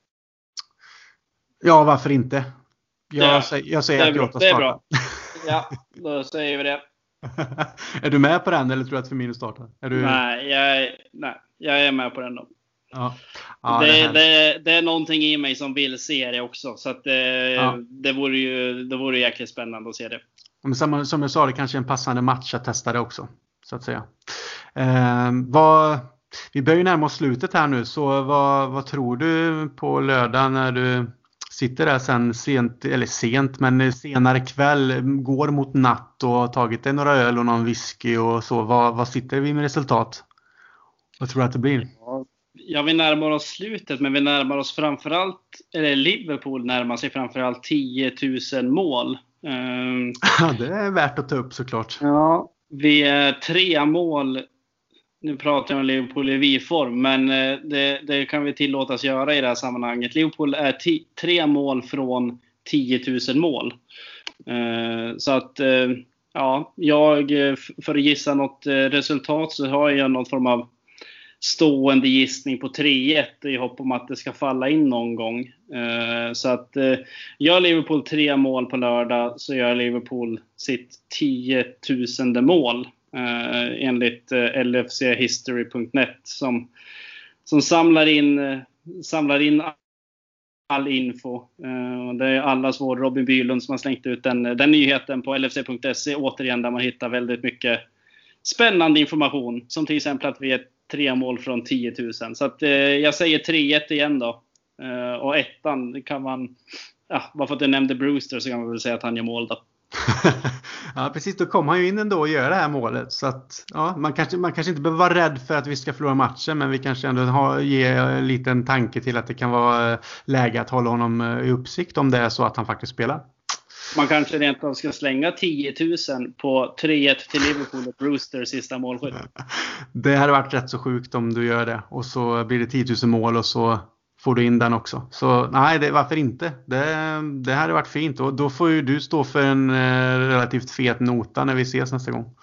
Speaker 2: Ja, varför inte? Jag,
Speaker 3: ja,
Speaker 2: säger, jag säger att Jota startar.
Speaker 3: Det är bra. Ja, då säger vi det.
Speaker 2: Är du med på den, eller tror du att Firmino startar? Är du...
Speaker 3: Nej, jag är, nej, jag är med på den då.
Speaker 2: Ja. Ja,
Speaker 3: det,
Speaker 2: det,
Speaker 3: det, det är någonting i mig som vill se det också. Så att det, ja. det, vore ju, det vore jäkligt spännande att se det.
Speaker 2: Men som, som jag sa, det kanske är en passande match att testa det också, så att säga. Eh, vad, vi börjar ju närma oss slutet här nu. Så vad, vad tror du på lördag när du sitter där sen sent, eller sent, men senare kväll, går mot natt och har tagit dig några öl och någon whisky och så. Vad, vad sitter vi med resultat? Vad tror du att det blir?
Speaker 3: Ja. Ja, vi närmar oss slutet, men vi närmar oss framförallt, eller Liverpool närmar sig framförallt tio tusen mål.
Speaker 2: Ja, det är värt att ta upp såklart.
Speaker 3: Ja, vi är tre mål, nu pratar jag om Liverpool i vi-form, men det, det kan vi tillåtas göra i det här sammanhanget. Liverpool är t- tre mål från tio tusen mål. Så att, ja, jag, för att gissa något resultat så har jag någon form av stående gissning på tre ett i hopp om att det ska falla in någon gång. Eh, så att eh, gör Liverpool tre mål på lördag, så gör Liverpool sitt tiotusende mål eh, enligt eh, L F C history punkt net som, som samlar in eh, samlar in all info. Eh, det är allas vår Robin Bylund som har slängt ut den, den nyheten på L F C punkt se, återigen, där man hittar väldigt mycket spännande information, som till exempel att vi är tre mål från tio tusen. Så att, eh, jag säger tre ett igen då. Eh, och ettan kan man, ja, bara för att du nämnde Brewster så kan man väl säga att han gör mål då.
Speaker 2: Ja, precis. Då kommer han ju in ändå och gör det här målet. Så att, ja, man, kanske, man kanske inte behöver vara rädd för att vi ska förlora matchen, men vi kanske ändå har, ge en liten tanke till att det kan vara läge att hålla honom i uppsikt om det är så att han faktiskt spelar.
Speaker 3: Man kanske rent av ska slänga tio tusen på tre ett till Liverpool och Brewster sista målskytt.
Speaker 2: Det hade varit rätt så sjukt om du gör det. Och så blir det tio tusen mål och så får du in den också. Så nej, det, varför inte? Det, det hade varit fint. Och då får ju du stå för en eh, relativt fet nota när vi ses nästa gång.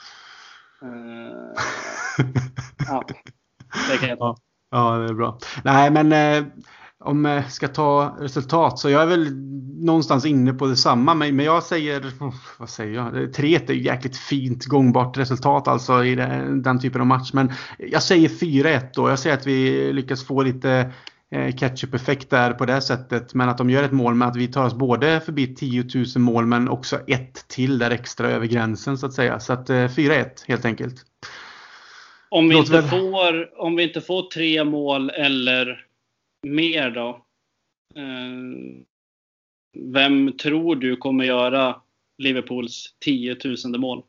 Speaker 3: Uh, ja, det kan jag ta.
Speaker 2: Ja, det är bra. Nej, men eh, om jag ska ta resultat så jag är väl någonstans inne på detsamma. Men, men jag säger, oh, vad säger jag? tre ett är jäkligt fint gångbart resultat alltså i det, den typen av match. Men jag säger fyra ett då. Jag säger att vi lyckas få lite eh, catch-up-effekt där på det sättet. Men att de gör ett mål med att vi tar oss både förbi tio tusen mål men också ett till där extra över gränsen så att säga. Så att eh, fyra ett helt enkelt.
Speaker 3: Om vi, inte får, om vi inte får tre mål eller mer då. Eh, vem tror du kommer göra Liverpools tiotusende mål?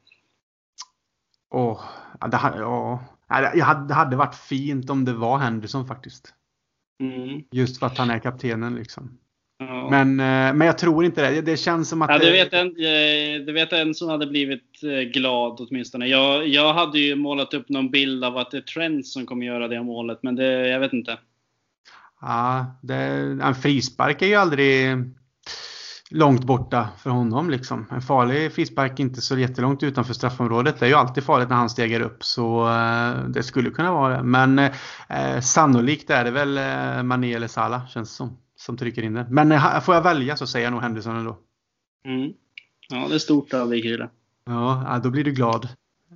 Speaker 2: Åh, oh, det, ja. Jag hade, det hade varit fint om det var Henderson faktiskt.
Speaker 3: Mm.
Speaker 2: Just för att han är kaptenen liksom.
Speaker 3: Ja.
Speaker 2: Men, men jag tror inte det. Det känns som att...
Speaker 3: Ja,
Speaker 2: det...
Speaker 3: du, vet en, du vet en som hade blivit glad åtminstone. Jag, jag hade ju målat upp någon bild av att det är Trent som kommer göra det målet. Men det, jag vet inte.
Speaker 2: Ja, det, en frispark är ju aldrig långt borta för honom liksom. En farlig frispark inte så jättelångt utanför straffområdet. Det är ju alltid farligt när han stegar upp. Så eh, det skulle kunna vara det. Men eh, sannolikt är det väl eh, Mané eller Salah känns det som. Som trycker in det. Men eh, får jag välja så säger jag nog Henderson ändå.
Speaker 3: Mm. Ja, det är stort av dig, Krille.
Speaker 2: Ja, då blir du glad.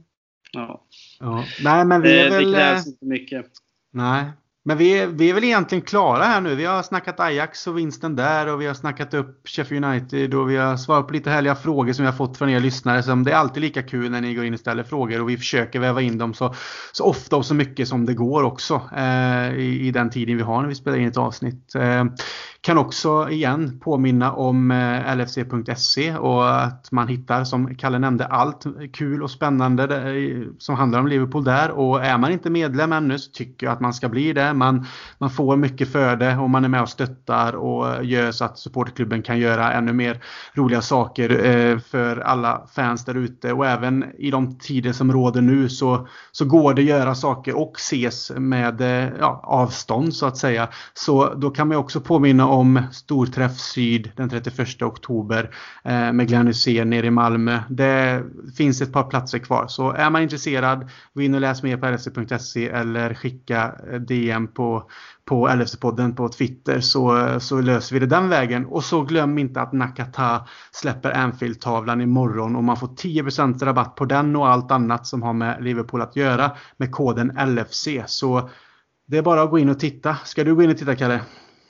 Speaker 3: Ja.
Speaker 2: Ja. Nej, men vi är
Speaker 3: det,
Speaker 2: väl...
Speaker 3: det krävs inte mycket.
Speaker 2: Nej. Men vi är, vi är väl egentligen klara här nu. Vi har snackat Ajax och vinsten där. Och vi har snackat upp Sheffield United. Och vi har svarat på lite härliga frågor som vi har fått från er lyssnare. Som det är alltid lika kul när ni går in och ställer frågor. Och vi försöker väva in dem så, så ofta och så mycket som det går också. Eh, i, I den tiden vi har när vi spelar in ett avsnitt. Eh, kan också igen påminna om eh, L F C punkt se. Och att man hittar, som Kalle nämnde, allt kul och spännande där, som handlar om Liverpool där. Och är man inte medlem ännu så tycker jag att man ska bli det. Man, man får mycket för det och man är med och stöttar och gör så att supportklubben kan göra ännu mer roliga saker eh, för alla fans där ute. Och även i de tider som råder nu så, så går det att göra saker och ses med eh, ja, avstånd så att säga. Så då kan man också påminna om Storträff Syd den trettioförsta oktober eh, med Glenn Hussein nere i Malmö. Det finns ett par platser kvar. Så är man intresserad, gå in och läs mer på L F C punkt se eller skicka D M på, på L F C-podden på Twitter så, så löser vi det den vägen. Och så glöm inte att Nakata släpper Anfield-tavlan imorgon och man får tio procent rabatt på den och allt annat som har med Liverpool att göra med koden L F C. Så det är bara att gå in och titta. Ska du gå in och titta, Kalle?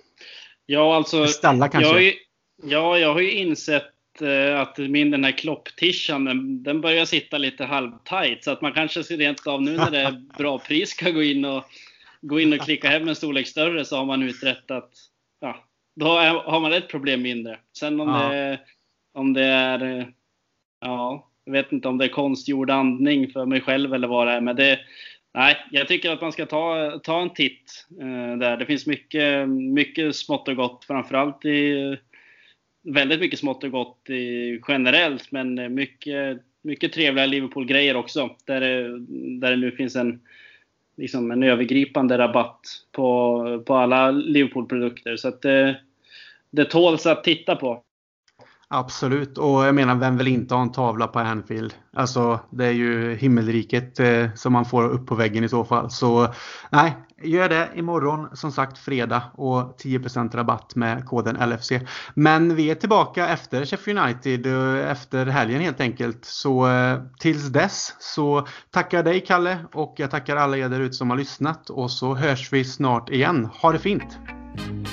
Speaker 3: Ja, alltså...
Speaker 2: Beställa kanske?
Speaker 3: Jag har ju, ja, jag har ju insett att min den här klopptishan den, den börjar sitta lite halvtajt så att man kanske rent av nu när det är bra pris ska gå in och gå in och klicka hem en storlek större så har man uträttat, ja, då har man ett problem mindre. Sen om, ja. det, om det är, ja, jag vet inte om det är konstgjord andning för mig själv eller vad det är, men det, nej, jag tycker att man ska ta, ta en titt eh, där. Det finns mycket, mycket smått och gott, framförallt i, väldigt mycket smått och gott i, generellt, men mycket, mycket trevliga Liverpool-grejer också, där det, där det nu finns en liksom en övergripande rabatt på, på alla Liverpool-produkter. Så att det, det tåls att titta på.
Speaker 2: Absolut, och jag menar, vem vill inte ha en tavla på Anfield? Alltså, det är ju himmelriket eh, som man får upp på väggen i så fall. Så nej, gör det imorgon, som sagt fredag, och tio procent rabatt med koden L F C. Men vi är tillbaka efter Sheffield United, efter helgen helt enkelt. Så eh, tills dess så tackar jag dig, Kalle, och jag tackar alla er där ute som har lyssnat. Och så hörs vi snart igen. Ha det fint!